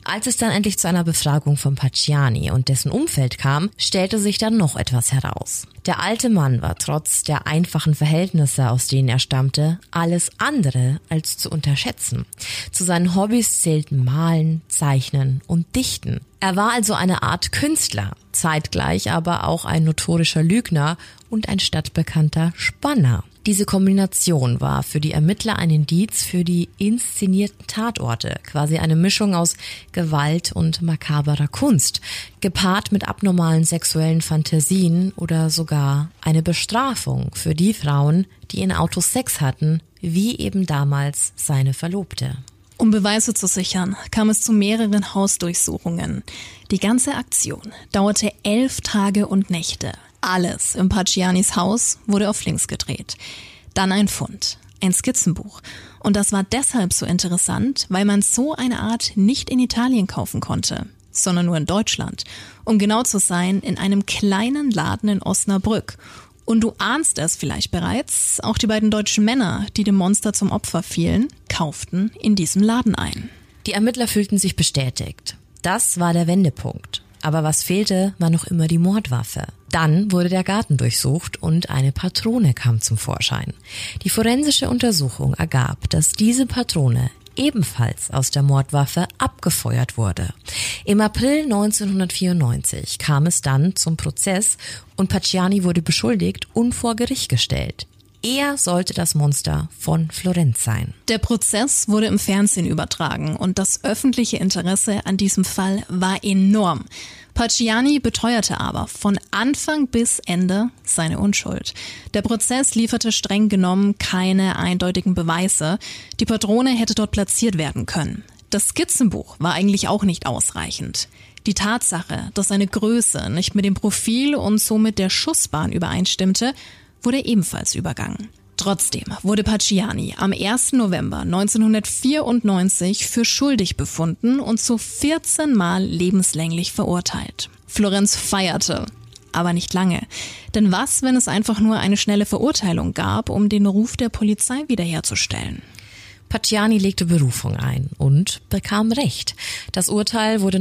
Als es dann endlich zu einer Befragung von Pacciani und dessen Umfeld kam, stellte sich dann noch etwas heraus. Der alte Mann war trotz der einfachen Verhältnisse, aus denen er stammte, alles andere als zu unterschätzen. Zu seinen Hobbys zählten Malen, Zeichnen und Dichten. Er war also eine Art Künstler, zeitgleich aber auch ein notorischer Lügner und ein stadtbekannter Spanner. Diese Kombination war für die Ermittler ein Indiz für die inszenierten Tatorte, quasi eine Mischung aus Gewalt und makaberer Kunst, gepaart mit abnormalen sexuellen Fantasien oder sogar eine Bestrafung für die Frauen, die in Autos Sex hatten, wie eben damals seine Verlobte. Um Beweise zu sichern, kam es zu mehreren Hausdurchsuchungen. Die ganze Aktion dauerte 11 Tage und Nächte. Alles im Paccianis Haus wurde auf links gedreht. Dann ein Fund, ein Skizzenbuch. Und das war deshalb so interessant, weil man so eine Art nicht in Italien kaufen konnte, sondern nur in Deutschland. Um genau zu sein, in einem kleinen Laden in Osnabrück. Und du ahnst es vielleicht bereits, auch die beiden deutschen Männer, die dem Monster zum Opfer fielen, kauften in diesem Laden ein. Die Ermittler fühlten sich bestätigt. Das war der Wendepunkt. Aber was fehlte, war noch immer die Mordwaffe. Dann wurde der Garten durchsucht und eine Patrone kam zum Vorschein. Die forensische Untersuchung ergab, dass diese Patrone ebenfalls aus der Mordwaffe abgefeuert wurde. Im April 1994 kam es dann zum Prozess und Pacciani wurde beschuldigt und vor Gericht gestellt. Er sollte das Monster von Florenz sein. Der Prozess wurde im Fernsehen übertragen und das öffentliche Interesse an diesem Fall war enorm. Pacciani beteuerte aber von Anfang bis Ende seine Unschuld. Der Prozess lieferte streng genommen keine eindeutigen Beweise. Die Patrone hätte dort platziert werden können. Das Skizzenbuch war eigentlich auch nicht ausreichend. Die Tatsache, dass seine Größe nicht mit dem Profil und somit der Schussbahn übereinstimmte, wurde ebenfalls übergangen. Trotzdem wurde Pacciani am 1. November 1994 für schuldig befunden und zu 14 Mal lebenslänglich verurteilt. Florenz feierte, aber nicht lange. Denn was, wenn es einfach nur eine schnelle Verurteilung gab, um den Ruf der Polizei wiederherzustellen? Pacciani legte Berufung ein und bekam Recht. Das Urteil wurde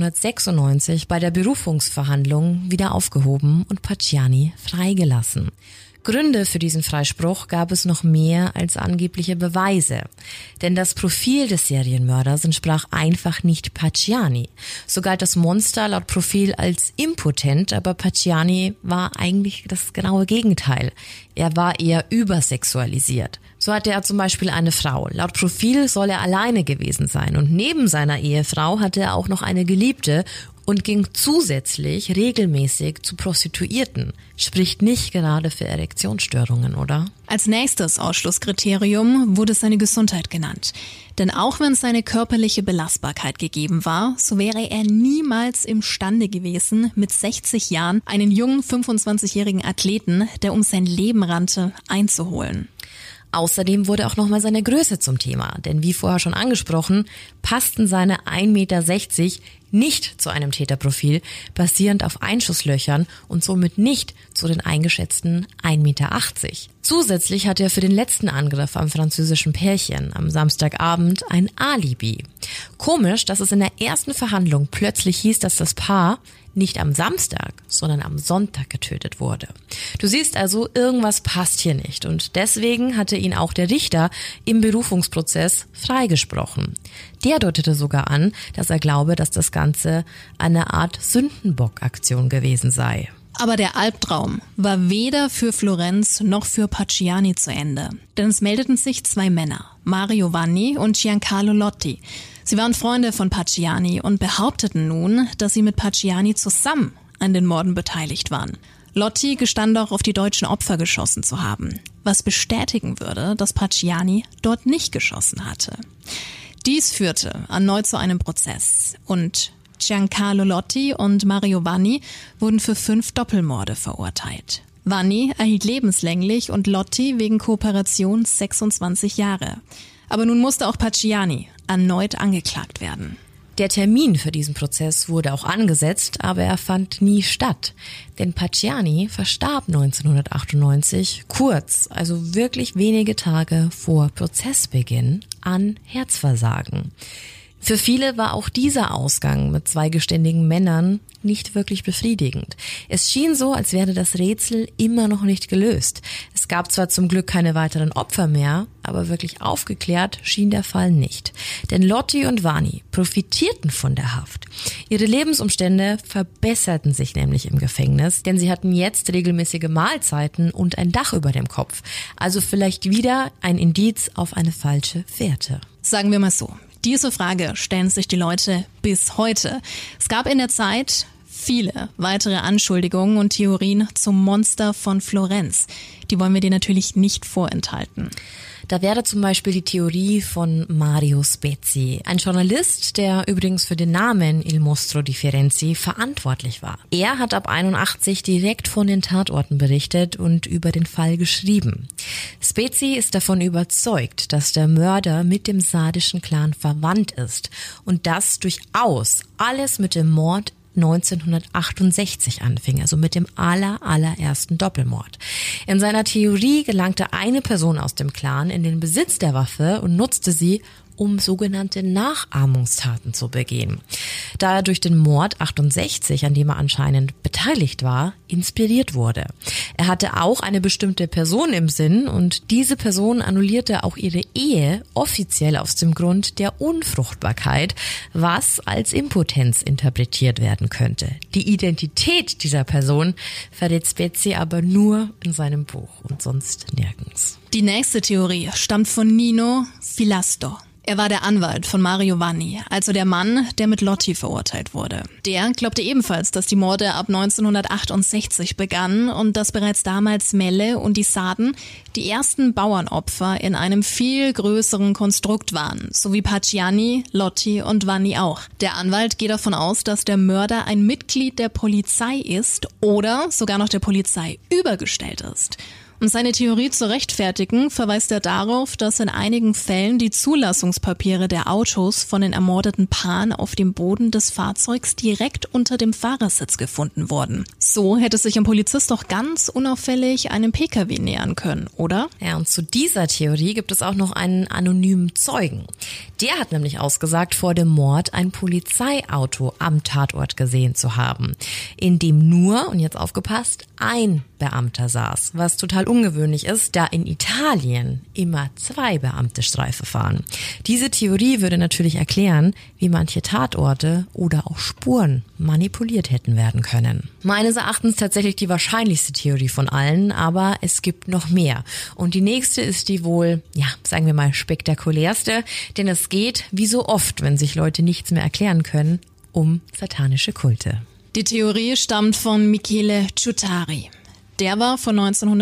1996 bei der Berufungsverhandlung wieder aufgehoben und Pacciani freigelassen. Gründe für diesen Freispruch gab es noch mehr als angebliche Beweise. Denn das Profil des Serienmörders entsprach einfach nicht Pacciani. So galt das Monster laut Profil als impotent, aber Pacciani war eigentlich das genaue Gegenteil. Er war eher übersexualisiert. So hatte er zum Beispiel eine Frau. Laut Profil soll er alleine gewesen sein und neben seiner Ehefrau hatte er auch noch eine Geliebte und ging zusätzlich regelmäßig zu Prostituierten. Spricht nicht gerade für Erektionsstörungen, oder? Als nächstes Ausschlusskriterium wurde seine Gesundheit genannt. Denn auch wenn seine körperliche Belastbarkeit gegeben war, so wäre er niemals imstande gewesen, mit 60 Jahren einen jungen 25-jährigen Athleten, der um sein Leben rannte, einzuholen. Außerdem wurde auch nochmal seine Größe zum Thema, denn wie vorher schon angesprochen, passten seine 1,60 Meter nicht zu einem Täterprofil, basierend auf Einschusslöchern und somit nicht zu den eingeschätzten 1,80 Meter. Zusätzlich hatte er für den letzten Angriff am französischen Pärchen am Samstagabend ein Alibi. Komisch, dass es in der ersten Verhandlung plötzlich hieß, dass das Paar nicht am Samstag, sondern am Sonntag getötet wurde. Du siehst also, irgendwas passt hier nicht und deswegen hatte ihn auch der Richter im Berufungsprozess freigesprochen. Der deutete sogar an, dass er glaube, dass das Ganze eine Art Sündenbock-Aktion gewesen sei. Aber der Albtraum war weder für Florenz noch für Pacciani zu Ende. Denn es meldeten sich 2 Männer, Mario Vanni und Giancarlo Lotti. Sie waren Freunde von Pacciani und behaupteten nun, dass sie mit Pacciani zusammen an den Morden beteiligt waren. Lotti gestand auch auf die deutschen Opfer geschossen zu haben, was bestätigen würde, dass Pacciani dort nicht geschossen hatte. Dies führte erneut zu einem Prozess und Giancarlo Lotti und Mario Vanni wurden für 5 Doppelmorde verurteilt. Vanni erhielt lebenslänglich und Lotti wegen Kooperation 26 Jahre. Aber nun musste auch Pacciani erneut angeklagt werden. Der Termin für diesen Prozess wurde auch angesetzt, aber er fand nie statt. Denn Pacciani verstarb 1998, kurz, also wirklich wenige Tage vor Prozessbeginn, an Herzversagen. Für viele war auch dieser Ausgang mit 2 geständigen Männern nicht wirklich befriedigend. Es schien so, als wäre das Rätsel immer noch nicht gelöst. Es gab zwar zum Glück keine weiteren Opfer mehr, aber wirklich aufgeklärt schien der Fall nicht. Denn Lotti und Vani profitierten von der Haft. Ihre Lebensumstände verbesserten sich nämlich im Gefängnis, denn sie hatten jetzt regelmäßige Mahlzeiten und ein Dach über dem Kopf. Also vielleicht wieder ein Indiz auf eine falsche Fährte. Sagen wir mal so. Diese Frage stellen sich die Leute bis heute. Es gab in der Zeit viele weitere Anschuldigungen und Theorien zum Monster von Florenz. Die wollen wir dir natürlich nicht vorenthalten. Da wäre zum Beispiel die Theorie von Mario Spezzi, ein Journalist, der übrigens für den Namen Il Mostro di Firenze verantwortlich war. Er hat ab 81 direkt von den Tatorten berichtet und über den Fall geschrieben. Spezzi ist davon überzeugt, dass der Mörder mit dem sardischen Clan verwandt ist und das durchaus alles mit dem Mord 1968 anfing, also mit dem allerersten Doppelmord. In seiner Theorie gelangte eine Person aus dem Clan in den Besitz der Waffe und nutzte sie, um sogenannte Nachahmungstaten zu begehen. Da er durch den Mord 68, an dem er anscheinend beteiligt war, inspiriert wurde. Er hatte auch eine bestimmte Person im Sinn und diese Person annullierte auch ihre Ehe offiziell aus dem Grund der Unfruchtbarkeit, was als Impotenz interpretiert werden könnte. Die Identität dieser Person verrät Spezzi aber nur in seinem Buch und sonst nirgends. Die nächste Theorie stammt von Nino Filasto. Er war der Anwalt von Mario Vanni, also der Mann, der mit Lotti verurteilt wurde. Der glaubte ebenfalls, dass die Morde ab 1968 begannen und dass bereits damals Melle und die Sarden die ersten Bauernopfer in einem viel größeren Konstrukt waren, so wie Pacciani, Lotti und Vanni auch. Der Anwalt geht davon aus, dass der Mörder ein Mitglied der Polizei ist oder sogar noch der Polizei übergestellt ist. Um seine Theorie zu rechtfertigen, verweist er darauf, dass in einigen Fällen die Zulassungspapiere der Autos von den ermordeten Paaren auf dem Boden des Fahrzeugs direkt unter dem Fahrersitz gefunden wurden. So hätte sich ein Polizist doch ganz unauffällig einem PKW nähern können, oder? Ja, und zu dieser Theorie gibt es auch noch einen anonymen Zeugen. Der hat nämlich ausgesagt, vor dem Mord ein Polizeiauto am Tatort gesehen zu haben, in dem nur, und jetzt aufgepasst, ein Beamter saß, was total ungewöhnlich ist, da in Italien immer 2 Beamte Streife fahren. Diese Theorie würde natürlich erklären, wie manche Tatorte oder auch Spuren manipuliert hätten werden können. Meines Erachtens tatsächlich die wahrscheinlichste Theorie von allen, aber es gibt noch mehr. Und die nächste ist die wohl, sagen wir mal, spektakulärste, denn es geht, wie so oft, wenn sich Leute nichts mehr erklären können, um satanische Kulte. Die Theorie stammt von Michele Ciuttari. Der war von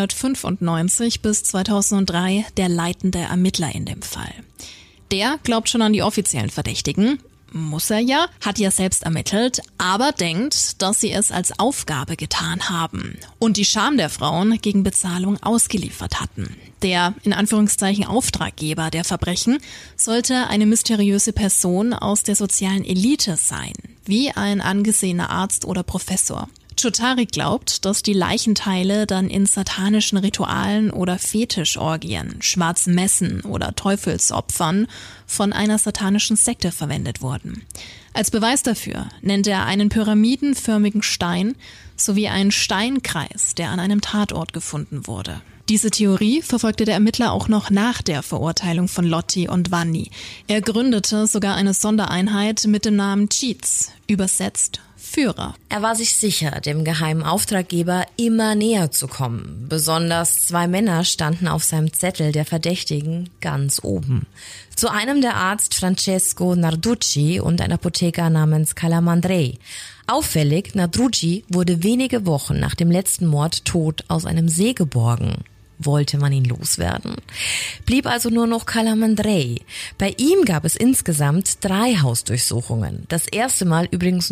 1995 bis 2003 der leitende Ermittler in dem Fall. Der glaubt schon an die offiziellen Verdächtigen, muss er ja, hat ja selbst ermittelt, aber denkt, dass sie es als Aufgabe getan haben und die Scham der Frauen gegen Bezahlung ausgeliefert hatten. Der, in Anführungszeichen, Auftraggeber der Verbrechen sollte eine mysteriöse Person aus der sozialen Elite sein, wie ein angesehener Arzt oder Professor. Ciuttari glaubt, dass die Leichenteile dann in satanischen Ritualen oder Fetischorgien, schwarzen Messen oder Teufelsopfern von einer satanischen Sekte verwendet wurden. Als Beweis dafür nennt er einen pyramidenförmigen Stein sowie einen Steinkreis, der an einem Tatort gefunden wurde. Diese Theorie verfolgte der Ermittler auch noch nach der Verurteilung von Lotti und Vanni. Er gründete sogar eine Sondereinheit mit dem Namen Cheats, übersetzt Führer. Er war sich sicher, dem geheimen Auftraggeber immer näher zu kommen. Besonders 2 Männer standen auf seinem Zettel der Verdächtigen ganz oben. Zu einem der Arzt Francesco Narducci und ein Apotheker namens Calamandrei. Auffällig, Narducci wurde wenige Wochen nach dem letzten Mord tot aus einem See geborgen. Wollte man ihn loswerden? Blieb also nur noch Calamandrei. Bei ihm gab es insgesamt 3 Hausdurchsuchungen. Das erste Mal übrigens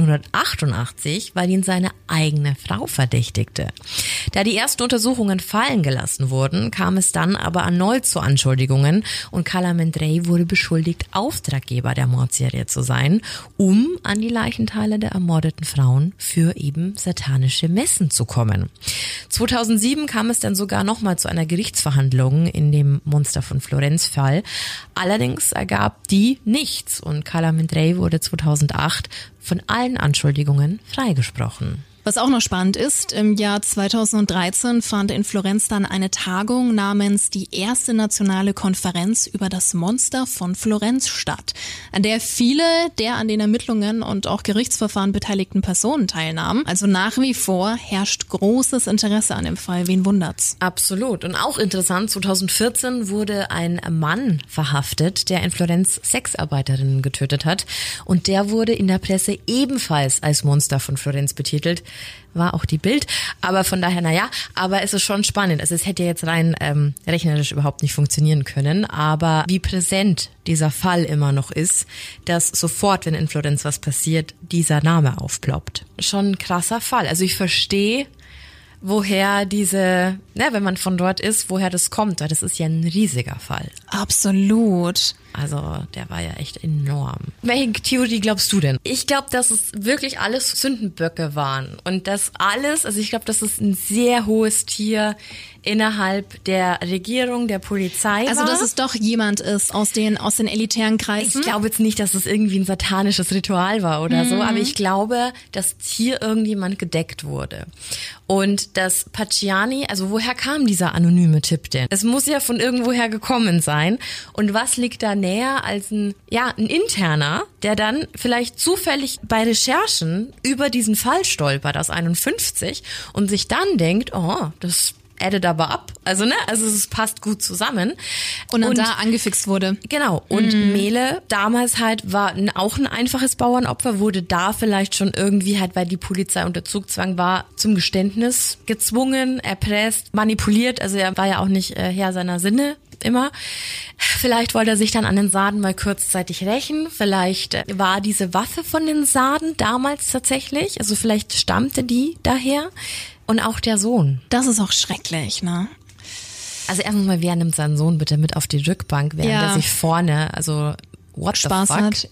1988, weil ihn seine eigene Frau verdächtigte. Da die ersten Untersuchungen fallen gelassen wurden, kam es dann aber erneut zu Anschuldigungen und Calamandrei wurde beschuldigt, Auftraggeber der Mordserie zu sein, um an die Leichenteile der ermordeten Frauen für eben satanische Messen zu kommen. 2007 kam es dann sogar noch nochmal zu einer Gerichtsverhandlung in dem Monster von Florenz-Fall. Allerdings ergab die nichts und Carla Mindrey wurde 2008 von allen Anschuldigungen freigesprochen. Was auch noch spannend ist, im Jahr 2013 fand in Florenz dann eine Tagung namens die erste nationale Konferenz über das Monster von Florenz statt, an der viele der an den Ermittlungen und auch Gerichtsverfahren beteiligten Personen teilnahmen. Also nach wie vor herrscht großes Interesse an dem Fall. Wen wundert's? Absolut. Und auch interessant, 2014 wurde ein Mann verhaftet, der in Florenz Sexarbeiterinnen getötet hat. Und der wurde in der Presse ebenfalls als Monster von Florenz betitelt. War auch die Bild, aber von daher, aber es ist schon spannend. Also es hätte jetzt rein rechnerisch überhaupt nicht funktionieren können, aber wie präsent dieser Fall immer noch ist, dass sofort, wenn in Florenz was passiert, dieser Name aufploppt. Schon ein krasser Fall. Also ich verstehe, woher wenn man von dort ist, woher das kommt, weil das ist ja ein riesiger Fall. Absolut. Also der war ja echt enorm. Welche Theorie glaubst du denn? Ich glaube, dass es wirklich alles Sündenböcke waren und dass ich glaube, dass es ein sehr hohes Tier innerhalb der Regierung, der Polizei war. Also dass es doch jemand ist aus den elitären Kreisen? Ich glaube jetzt nicht, dass es irgendwie ein satanisches Ritual war oder so, aber ich glaube, dass hier irgendjemand gedeckt wurde. Und dass Pacciani, also woher kam dieser anonyme Tipp denn? Es muss ja von irgendwoher gekommen sein. Und was liegt da näher als ein Interner, der dann vielleicht zufällig bei Recherchen über diesen Fall stolpert aus 51 und sich dann denkt, das addet aber ab. Also es passt gut zusammen. Und dann da angefixt wurde. Genau. Und Mele damals halt war auch ein einfaches Bauernopfer, wurde da vielleicht schon irgendwie halt, weil die Polizei unter Zugzwang war, zum Geständnis gezwungen, erpresst, manipuliert. Also er war ja auch nicht Herr seiner Sinne immer. Vielleicht wollte er sich dann an den Sarden mal kurzzeitig rächen. Vielleicht war diese Waffe von den Sarden damals tatsächlich. Also vielleicht stammte die daher. Und auch der Sohn. Das ist auch schrecklich, ne? Also erstens mal, wer nimmt seinen Sohn bitte mit auf die Rückbank, während er sich vorne, what Spaß the fuck? hat,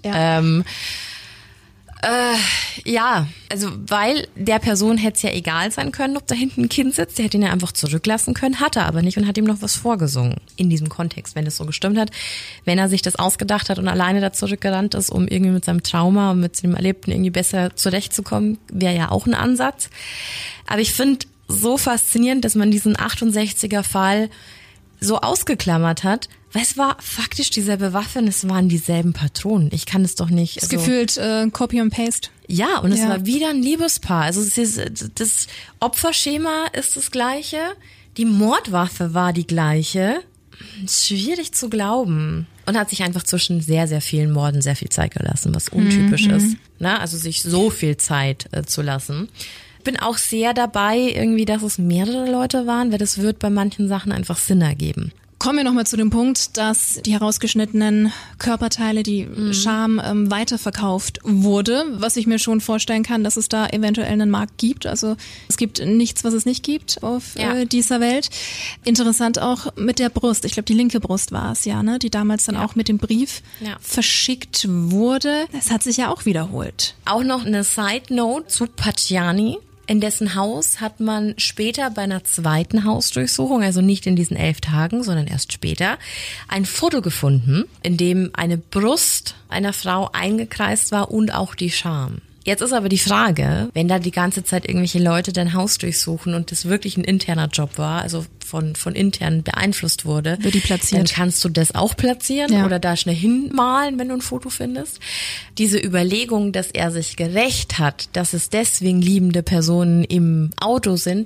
Also weil der Person hätte es ja egal sein können, ob da hinten ein Kind sitzt, der hätte ihn ja einfach zurücklassen können, hat er aber nicht und hat ihm noch was vorgesungen in diesem Kontext, wenn es so gestimmt hat. Wenn er sich das ausgedacht hat und alleine da zurückgerannt ist, um irgendwie mit seinem Trauma und mit dem Erlebten irgendwie besser zurechtzukommen, wäre ja auch ein Ansatz. Aber ich finde so faszinierend, dass man diesen 68er Fall so ausgeklammert hat, weil es war faktisch dieselbe Waffe und es waren dieselben Patronen. Ich kann es doch nicht. Das gefühlt Copy and Paste. Ja, und es war wieder ein Liebespaar. Also das Opferschema ist das gleiche, die Mordwaffe war die gleiche. Schwierig zu glauben. Und hat sich einfach zwischen sehr, sehr vielen Morden sehr viel Zeit gelassen, was untypisch ist. Also sich so viel Zeit zu lassen. Bin auch sehr dabei, irgendwie, dass es mehrere Leute waren, weil das wird bei manchen Sachen einfach Sinn ergeben. Kommen wir nochmal zu dem Punkt, dass die herausgeschnittenen Körperteile, die Scham, weiterverkauft wurde. Was ich mir schon vorstellen kann, dass es da eventuell einen Markt gibt. Also es gibt nichts, was es nicht gibt auf dieser Welt. Interessant auch mit der Brust. Ich glaube, die linke Brust war es ja, ne? Die damals dann auch mit dem Brief verschickt wurde. Das hat sich ja auch wiederholt. Auch noch eine Side Note zu Pacciani. In dessen Haus hat man später bei einer zweiten Hausdurchsuchung, also nicht in diesen 11 Tagen, sondern erst später, ein Foto gefunden, in dem eine Brust einer Frau eingekreist war und auch die Scham. Jetzt ist aber die Frage, wenn da die ganze Zeit irgendwelche Leute dein Haus durchsuchen und das wirklich ein interner Job war, also von intern beeinflusst wurde, wird die platziert. Dann kannst du das auch platzieren oder da schnell hinmalen, wenn du ein Foto findest. Diese Überlegung, dass er sich gerächt hat, dass es deswegen liebende Personen im Auto sind,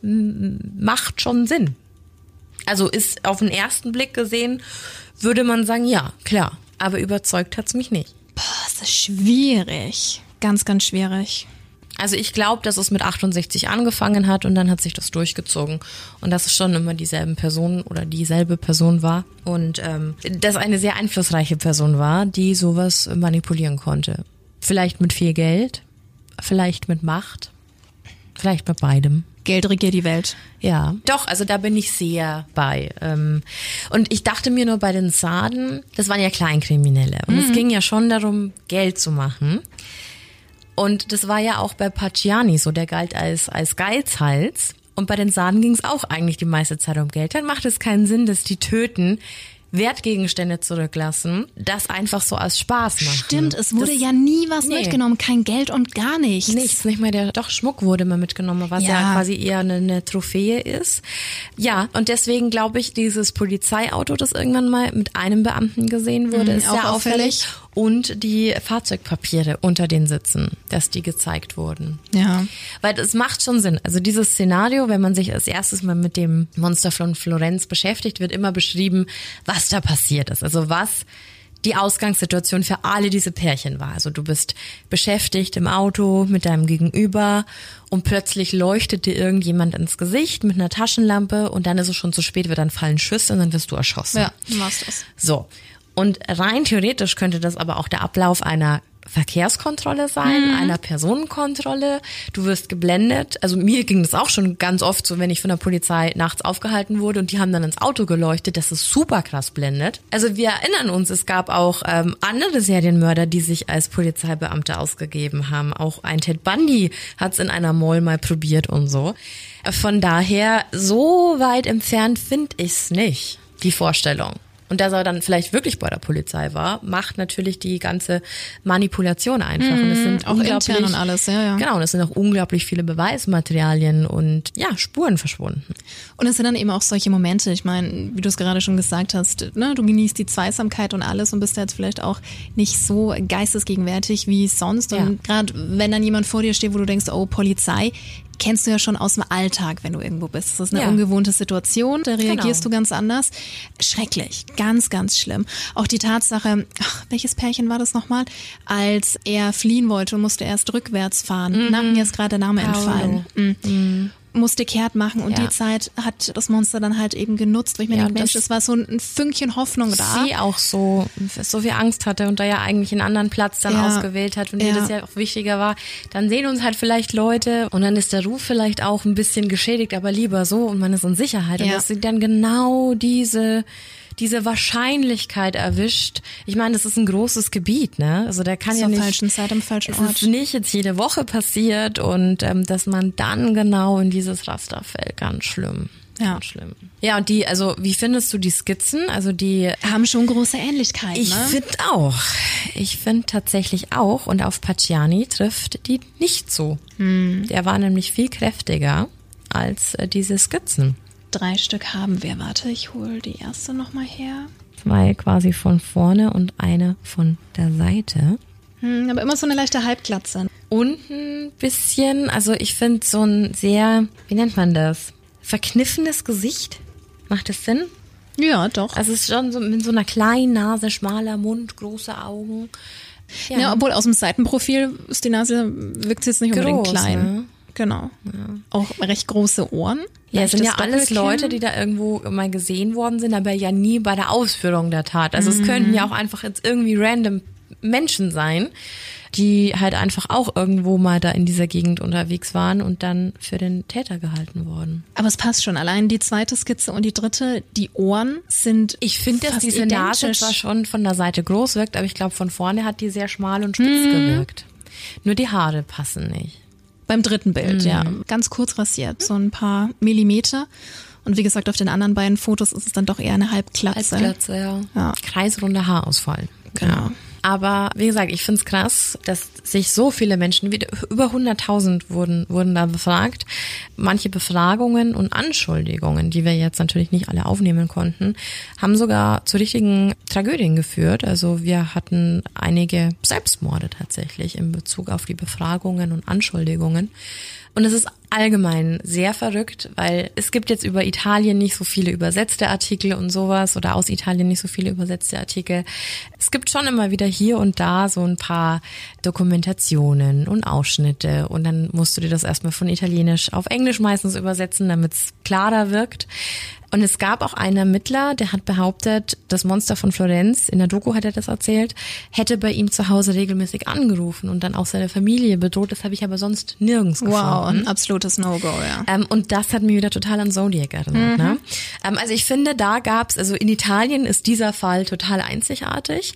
macht schon Sinn. Also ist auf den ersten Blick gesehen, würde man sagen, ja, klar, aber überzeugt hat's mich nicht. Boah, ist das schwierig. Ganz, ganz schwierig. Also ich glaube, dass es mit 68 angefangen hat und dann hat sich das durchgezogen. Und dass es schon immer dieselben Personen oder dieselbe Person war. Und dass eine sehr einflussreiche Person war, die sowas manipulieren konnte. Vielleicht mit viel Geld, vielleicht mit Macht, vielleicht mit beidem. Geld regiert die Welt. Ja, doch, also da bin ich sehr bei. Und ich dachte mir nur bei den Sarden, das waren ja Kleinkriminelle. Und es ging ja schon darum, Geld zu machen. Und das war ja auch bei Pacciani so, der galt als Geizhals. Und bei den Sarden ging es auch eigentlich die meiste Zeit um Geld. Dann macht es keinen Sinn, dass die töten, Wertgegenstände zurücklassen, das einfach so als Spaß machen. Stimmt, es wurde ja nie was mitgenommen, kein Geld und gar nichts. Nichts, nicht mal doch Schmuck wurde mal mitgenommen, was ja quasi eher eine Trophäe ist. Ja, und deswegen glaube ich, dieses Polizeiauto, das irgendwann mal mit einem Beamten gesehen wurde, ist sehr auffällig. Und die Fahrzeugpapiere unter den Sitzen, dass die gezeigt wurden. Ja. Weil es macht schon Sinn. Also dieses Szenario, wenn man sich als erstes mal mit dem Monster von Florenz beschäftigt, wird immer beschrieben, was da passiert ist. Also was die Ausgangssituation für alle diese Pärchen war. Also du bist beschäftigt im Auto mit deinem Gegenüber und plötzlich leuchtet dir irgendjemand ins Gesicht mit einer Taschenlampe und dann ist es schon zu spät, dann fallen Schüsse und dann wirst du erschossen. Ja, du machst das. So. Und rein theoretisch könnte das aber auch der Ablauf einer Verkehrskontrolle sein, einer Personenkontrolle. Du wirst geblendet. Also mir ging das auch schon ganz oft so, wenn ich von der Polizei nachts aufgehalten wurde und die haben dann ins Auto geleuchtet, dass es super krass blendet. Also wir erinnern uns, es gab auch andere Serienmörder, die sich als Polizeibeamte ausgegeben haben. Auch ein Ted Bundy hat es in einer Mall mal probiert und so. Von daher, so weit entfernt finde ich es nicht, die Vorstellung. Und dass er dann vielleicht wirklich bei der Polizei war, macht natürlich die ganze Manipulation einfach. Und es sind auch intern und alles, ja. Genau, und es sind auch unglaublich viele Beweismaterialien und Spuren verschwunden. Und es sind dann eben auch solche Momente, ich meine, wie du es gerade schon gesagt hast, ne, du genießt die Zweisamkeit und alles und bist jetzt vielleicht auch nicht so geistesgegenwärtig wie sonst. Und gerade wenn dann jemand vor dir steht, wo du denkst, oh, Polizei, kennst du ja schon aus dem Alltag, wenn du irgendwo bist. Das ist eine ungewohnte Situation, da reagierst du ganz anders. Schrecklich, ganz, ganz schlimm. Auch die Tatsache, welches Pärchen war das nochmal? Als er fliehen wollte und musste erst rückwärts fahren. Mir ist gerade der Name entfallen. Musste kehrt machen und die Zeit hat das Monster dann halt eben genutzt, weil ich mir denke, Mensch, es war so ein Fünkchen Hoffnung da. Sie auch so viel Angst hatte und da ja eigentlich einen anderen Platz dann ausgewählt hat und ihr das ja auch wichtiger war, dann sehen uns halt vielleicht Leute und dann ist der Ruf vielleicht auch ein bisschen geschädigt, aber lieber so und man ist in Sicherheit. Und dass sie dann genau diese Wahrscheinlichkeit erwischt. Ich meine, das ist ein großes Gebiet, ne? Also der kann ja nicht. Zur falschen Zeit am falschen Ort. Es ist nicht jetzt jede Woche passiert und dass man dann genau in dieses Raster fällt, ganz schlimm. Ja. Ganz schlimm. Ja, und wie findest du die Skizzen? Also die haben schon große Ähnlichkeiten, Ich finde auch. Ich finde tatsächlich auch. Und auf Pacciani trifft die nicht so. Der war nämlich viel kräftiger als diese Skizzen. 3 Stück haben wir. Warte, ich hole die erste nochmal her. 2 quasi von vorne und eine von der Seite. Aber immer so eine leichte Halbglatze. Und ein bisschen, also ich finde so ein sehr, wie nennt man das? Verkniffenes Gesicht. Macht das Sinn? Ja, doch. Also es ist schon so mit so einer kleinen Nase, schmaler Mund, große Augen. Ja, obwohl aus dem Seitenprofil ist die Nase, wirkt jetzt nicht unbedingt klein. Ne? Genau. Ja. Auch recht große Ohren. Ja, es sind ja alles Leute, die da irgendwo mal gesehen worden sind, aber ja nie bei der Ausführung der Tat. Also es könnten ja auch einfach jetzt irgendwie random Menschen sein, die halt einfach auch irgendwo mal da in dieser Gegend unterwegs waren und dann für den Täter gehalten wurden. Aber es passt schon. Allein die zweite Skizze und die dritte, die Ohren sind Ich finde, dass diese Nase zwar schon von der Seite groß wirkt, aber ich glaube, von vorne hat die sehr schmal und spitz gewirkt. Nur die Haare passen nicht. Beim dritten Bild, ja. Ganz kurz rasiert, so ein paar Millimeter. Und wie gesagt, auf den anderen beiden Fotos ist es dann doch eher eine Halbglatze. Halbglatze, ja. Kreisrunder Haarausfall. Genau. Ja. Aber wie gesagt, ich finde es krass, dass sich so viele Menschen, über 100.000 wurden da befragt. Manche Befragungen und Anschuldigungen, die wir jetzt natürlich nicht alle aufnehmen konnten, haben sogar zu richtigen Tragödien geführt. Also wir hatten einige Selbstmorde tatsächlich in Bezug auf die Befragungen und Anschuldigungen. Und es ist allgemein sehr verrückt, weil es gibt jetzt über Italien nicht so viele übersetzte Artikel und sowas oder aus Italien nicht so viele übersetzte Artikel. Es gibt schon immer wieder hier und da so ein paar Dokumentationen und Ausschnitte und dann musst du dir das erstmal von Italienisch auf Englisch meistens übersetzen, damit es klarer wirkt. Und es gab auch einen Ermittler, der hat behauptet, das Monster von Florenz, in der Doku hat er das erzählt, hätte bei ihm zu Hause regelmäßig angerufen und dann auch seine Familie bedroht. Das habe ich aber sonst nirgends gefunden. Wow, ein absolutes No-Go, ja. Und das hat mich wieder total an Zodiac erinnert. Ne? Also ich finde, da gab's, also in Italien ist dieser Fall total einzigartig,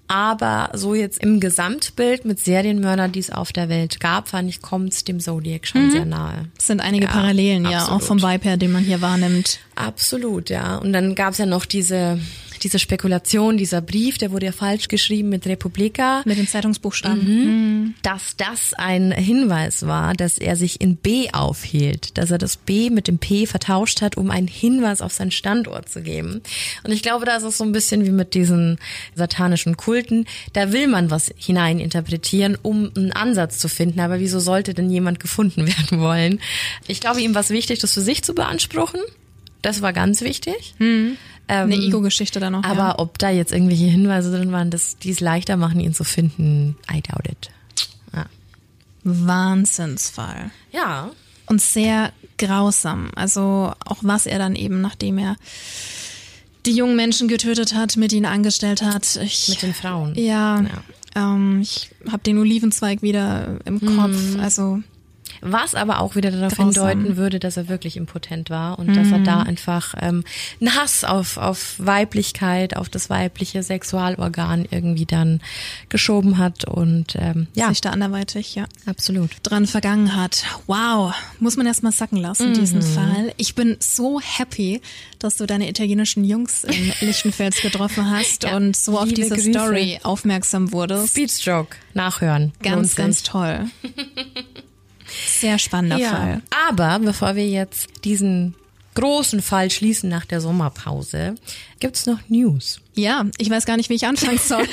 Aber so jetzt im Gesamtbild mit Serienmördern, die es auf der Welt gab, fand ich, kommt es dem Zodiac schon sehr nahe. Es sind einige Parallelen, ja, absolut. auch vom Vibe her, den man hier wahrnimmt. Absolut, ja. Und dann gab es ja noch diese Spekulation, dieser Brief, der wurde ja falsch geschrieben mit Republika. Mit den Zeitungsbuchstaben. Dass das ein Hinweis war, dass er sich in B aufhielt, dass er das B mit dem P vertauscht hat, um einen Hinweis auf seinen Standort zu geben. Und ich glaube, da ist es so ein bisschen wie mit diesen satanischen Kulten. Da will man was hineininterpretieren, um einen Ansatz zu finden. Aber wieso sollte denn jemand gefunden werden wollen? Ich glaube, ihm war es wichtig, das für sich zu beanspruchen. Das war ganz wichtig. Eine Ego-Geschichte da noch. Aber ob da jetzt irgendwelche Hinweise drin waren, die es leichter machen, ihn zu finden, I doubt it. Ja. Wahnsinnsfall. Ja. Und sehr grausam. Also auch was er dann eben, nachdem er die jungen Menschen getötet hat, mit ihnen angestellt hat. Mit den Frauen. Ja. Ich habe den Olivenzweig wieder im Kopf. Also was aber auch wieder darauf grausam hindeuten würde, dass er wirklich impotent war und dass er da einfach einen Hass auf Weiblichkeit, auf das weibliche Sexualorgan irgendwie dann geschoben hat und sich da anderweitig, ja, absolut dran vergangen hat. Wow, muss man erst mal sacken lassen, diesen Fall. Ich bin so happy, dass du deine italienischen Jungs in Lichtenfels getroffen hast und so auf diese Grüße. Story aufmerksam wurdest. Speedstroke, nachhören. Ganz, ganz toll. Sehr spannender Fall. Aber bevor wir jetzt diesen großen Fall schließen nach der Sommerpause, gibt's noch News. Ja, ich weiß gar nicht, wie ich anfangen soll.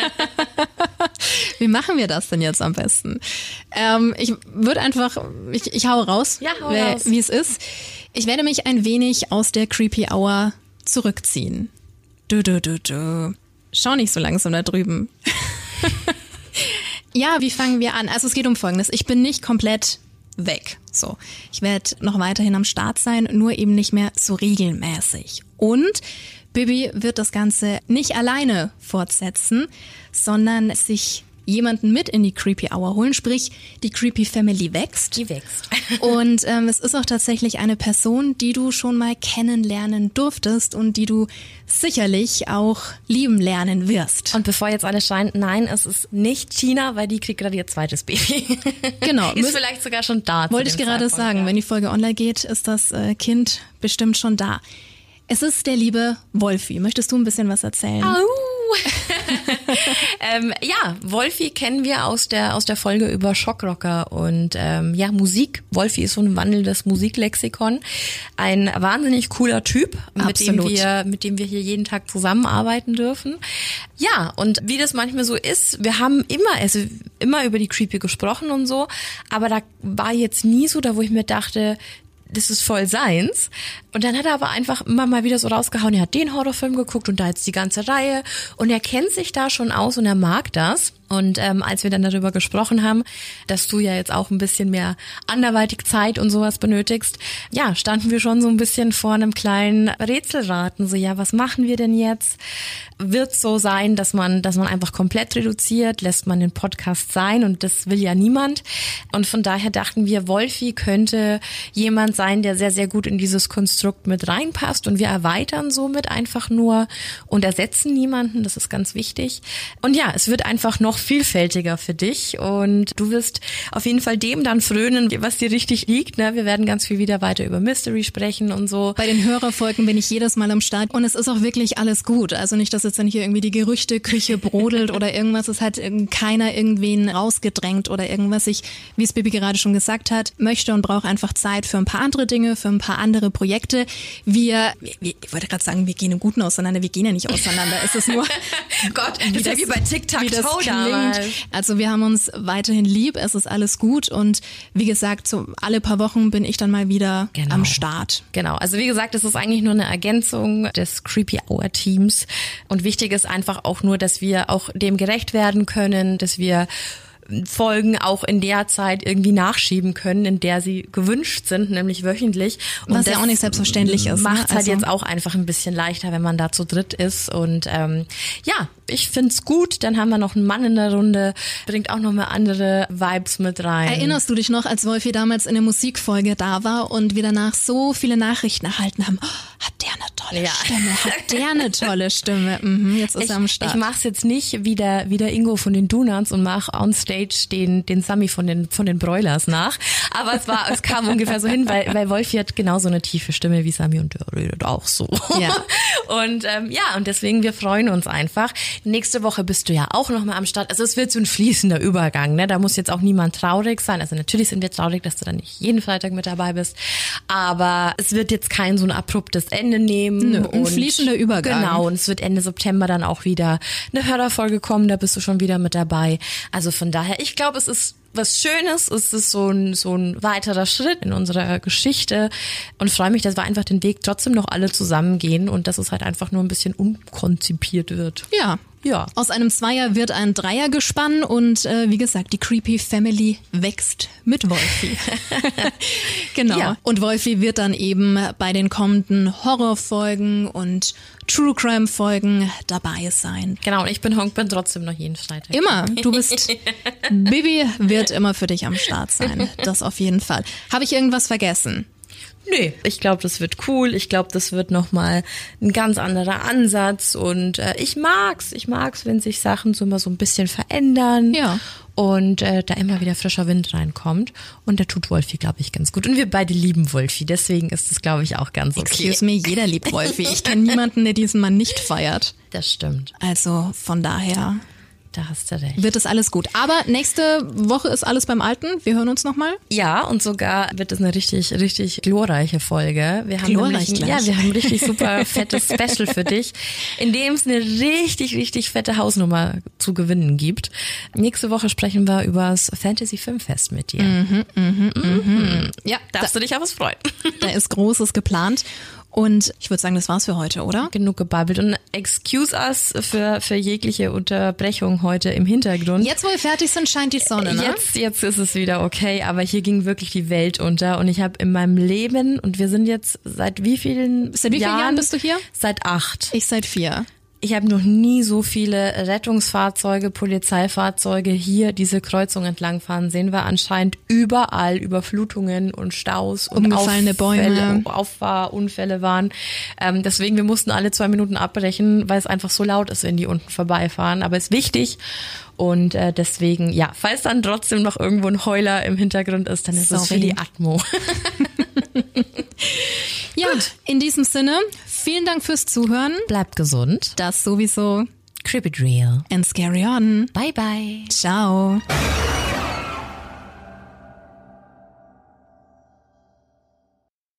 Wie machen wir das denn jetzt am besten? Ich würde einfach, ich hau raus, wie es ist. Ich werde mich ein wenig aus der Creepy Hour zurückziehen. Schau nicht so langsam da drüben. Ja, wie fangen wir an? Also es geht um Folgendes. Ich bin nicht komplett weg. So, ich werde noch weiterhin am Start sein, nur eben nicht mehr so regelmäßig. Und Bibi wird das Ganze nicht alleine fortsetzen, sondern sich jemanden mit in die Creepy Hour holen, sprich die Creepy Family wächst. Die wächst. Und es ist auch tatsächlich eine Person, die du schon mal kennenlernen durftest und die du sicherlich auch lieben lernen wirst. Und bevor jetzt alle schreien, nein, es ist nicht Tina, weil die kriegt gerade ihr zweites Baby. Genau. Ist vielleicht sogar schon da. Wollte ich gerade sagen, wenn die Folge online geht, ist das Kind bestimmt schon da. Es ist der liebe Wolfi. Möchtest du ein bisschen was erzählen? Au! Ja, Wolfi kennen wir aus der Folge über Schockrocker und Musik. Wolfi ist so ein wandelndes Musiklexikon. Ein wahnsinnig cooler Typ, mit dem wir hier jeden Tag zusammenarbeiten dürfen. Ja, und wie das manchmal so ist, wir haben immer über die Creepy gesprochen und so, aber da war jetzt nie so, da wo ich mir dachte, das ist voll seins. Und dann hat er aber einfach immer mal wieder so rausgehauen, er hat den Horrorfilm geguckt und da jetzt die ganze Reihe und er kennt sich da schon aus und er mag das. Und als wir dann darüber gesprochen haben, dass du ja jetzt auch ein bisschen mehr anderweitig Zeit und sowas benötigst, ja, standen wir schon so ein bisschen vor einem kleinen Rätselraten. So, ja, was machen wir denn jetzt? Wird so sein, dass man einfach komplett reduziert? Lässt man den Podcast sein? Und das will ja niemand. Und von daher dachten wir, Wolfi könnte jemand sein, der sehr, sehr gut in dieses Konstrukt mit reinpasst. Und wir erweitern somit einfach nur und ersetzen niemanden. Das ist ganz wichtig. Und ja, es wird einfach noch vielfältiger für dich und du wirst auf jeden Fall dem dann frönen, was dir richtig liegt. Ne? Wir werden ganz viel wieder weiter über Mystery sprechen und so. Bei den Hörerfolgen bin ich jedes Mal am Start und es ist auch wirklich alles gut. Also nicht, dass jetzt dann hier irgendwie die Gerüchteküche brodelt oder irgendwas. Es hat keiner irgendwen rausgedrängt oder irgendwas. Ich, wie es Bibi gerade schon gesagt hat, möchte und brauche einfach Zeit für ein paar andere Dinge, für ein paar andere Projekte. Ich wollte gerade sagen, wir gehen im Guten auseinander. Wir gehen ja nicht auseinander. Es ist nur Gott, das ist wie bei Tic-Tac-Toe damals. Also wir haben uns weiterhin lieb, es ist alles gut und wie gesagt, so alle paar Wochen bin ich dann mal wieder am Start. Genau, also wie gesagt, es ist eigentlich nur eine Ergänzung des Creepy Hour Teams und wichtig ist einfach auch nur, dass wir auch dem gerecht werden können, dass wir Folgen auch in der Zeit irgendwie nachschieben können, in der sie gewünscht sind, nämlich wöchentlich. Und was ja auch nicht selbstverständlich ist. Macht es ne? halt jetzt auch einfach ein bisschen leichter, wenn man da zu dritt ist. Und ich find's gut. Dann haben wir noch einen Mann in der Runde, bringt auch nochmal andere Vibes mit rein. Erinnerst du dich noch, als Wolfi damals in der Musikfolge da war und wir danach so viele Nachrichten erhalten haben? Oh, hat der eine tolle Stimme? Hat der eine tolle Stimme? Jetzt ist er am Start. Ich mach's jetzt nicht wie der Ingo von den Donuts und mach on stage den Sammy von den Broilers nach. Aber es kam ungefähr so hin, weil Wolfi hat genauso eine tiefe Stimme wie Sammy und der redet auch so. Ja. Und und deswegen, wir freuen uns einfach. Nächste Woche bist du ja auch nochmal am Start. Also es wird so ein fließender Übergang, ne? Da muss jetzt auch niemand traurig sein. Also natürlich sind wir traurig, dass du dann nicht jeden Freitag mit dabei bist. Aber es wird jetzt kein so ein abruptes Ende nehmen. Nö, ein fließender Übergang. Genau, und es wird Ende September dann auch wieder eine Hörerfolge kommen. Da bist du schon wieder mit dabei. Also von daher, ich glaube, es ist was Schönes, es ist so ein weiterer Schritt in unserer Geschichte und freue mich, dass wir einfach den Weg trotzdem noch alle zusammengehen und dass es halt einfach nur ein bisschen unkonzipiert wird. Ja. Aus einem Zweier wird ein Dreier gespannt und wie gesagt, die Creepy Family wächst mit Wolfi. Genau. Ja. Und Wolfi wird dann eben bei den kommenden Horrorfolgen und True Crime Folgen dabei sein. Genau, und ich bin trotzdem noch jeden Freitag. Immer. Du bist, Bibi wird immer für dich am Start sein. Das auf jeden Fall. Habe ich irgendwas vergessen? Nee, ich glaube, das wird cool. Ich glaube, das wird nochmal ein ganz anderer Ansatz und ich mag's, wenn sich Sachen so immer so ein bisschen verändern. Ja. Und da immer wieder frischer Wind reinkommt. Und der tut Wolfi, glaube ich, ganz gut. Und wir beide lieben Wolfi, deswegen ist es, glaube ich, auch ganz okay. Excuse me, jeder liebt Wolfi. Ich kenne niemanden, der diesen Mann nicht feiert. Das stimmt. Also von daher... Da hast du recht. Wird es alles gut. Aber nächste Woche ist alles beim Alten. Wir hören uns nochmal. Ja, und sogar wird es eine richtig, richtig glorreiche Folge. Wir haben ein richtig super fettes Special für dich, in dem es eine richtig, richtig fette Hausnummer zu gewinnen gibt. Nächste Woche sprechen wir über das Fantasy Filmfest mit dir. Ja, darfst du dich auf was freuen. Da ist Großes geplant. Und ich würde sagen, das war's für heute, oder? Genug gebabbelt und excuse us für jegliche Unterbrechung heute im Hintergrund. Jetzt, wo wir fertig sind, scheint die Sonne, ne? Jetzt ist es wieder okay, aber hier ging wirklich die Welt unter und ich habe in meinem Leben, und wir sind jetzt seit wie vielen Jahren bist du hier? Seit 8. Ich seit 4. Ich habe noch nie so viele Rettungsfahrzeuge, Polizeifahrzeuge hier diese Kreuzung entlangfahren sehen wir anscheinend überall Überflutungen und Staus und umgefallene Bäume, Auffahrunfälle waren. Deswegen, wir mussten alle 2 Minuten abbrechen, weil es einfach so laut ist, wenn die unten vorbeifahren. Aber ist wichtig und deswegen, ja, falls dann trotzdem noch irgendwo ein Heuler im Hintergrund ist, dann ist es für die Atmo. Ja, gut. In diesem Sinne, vielen Dank fürs Zuhören. Bleibt gesund. Das sowieso. Creep it real. And scary on. Bye bye. Ciao.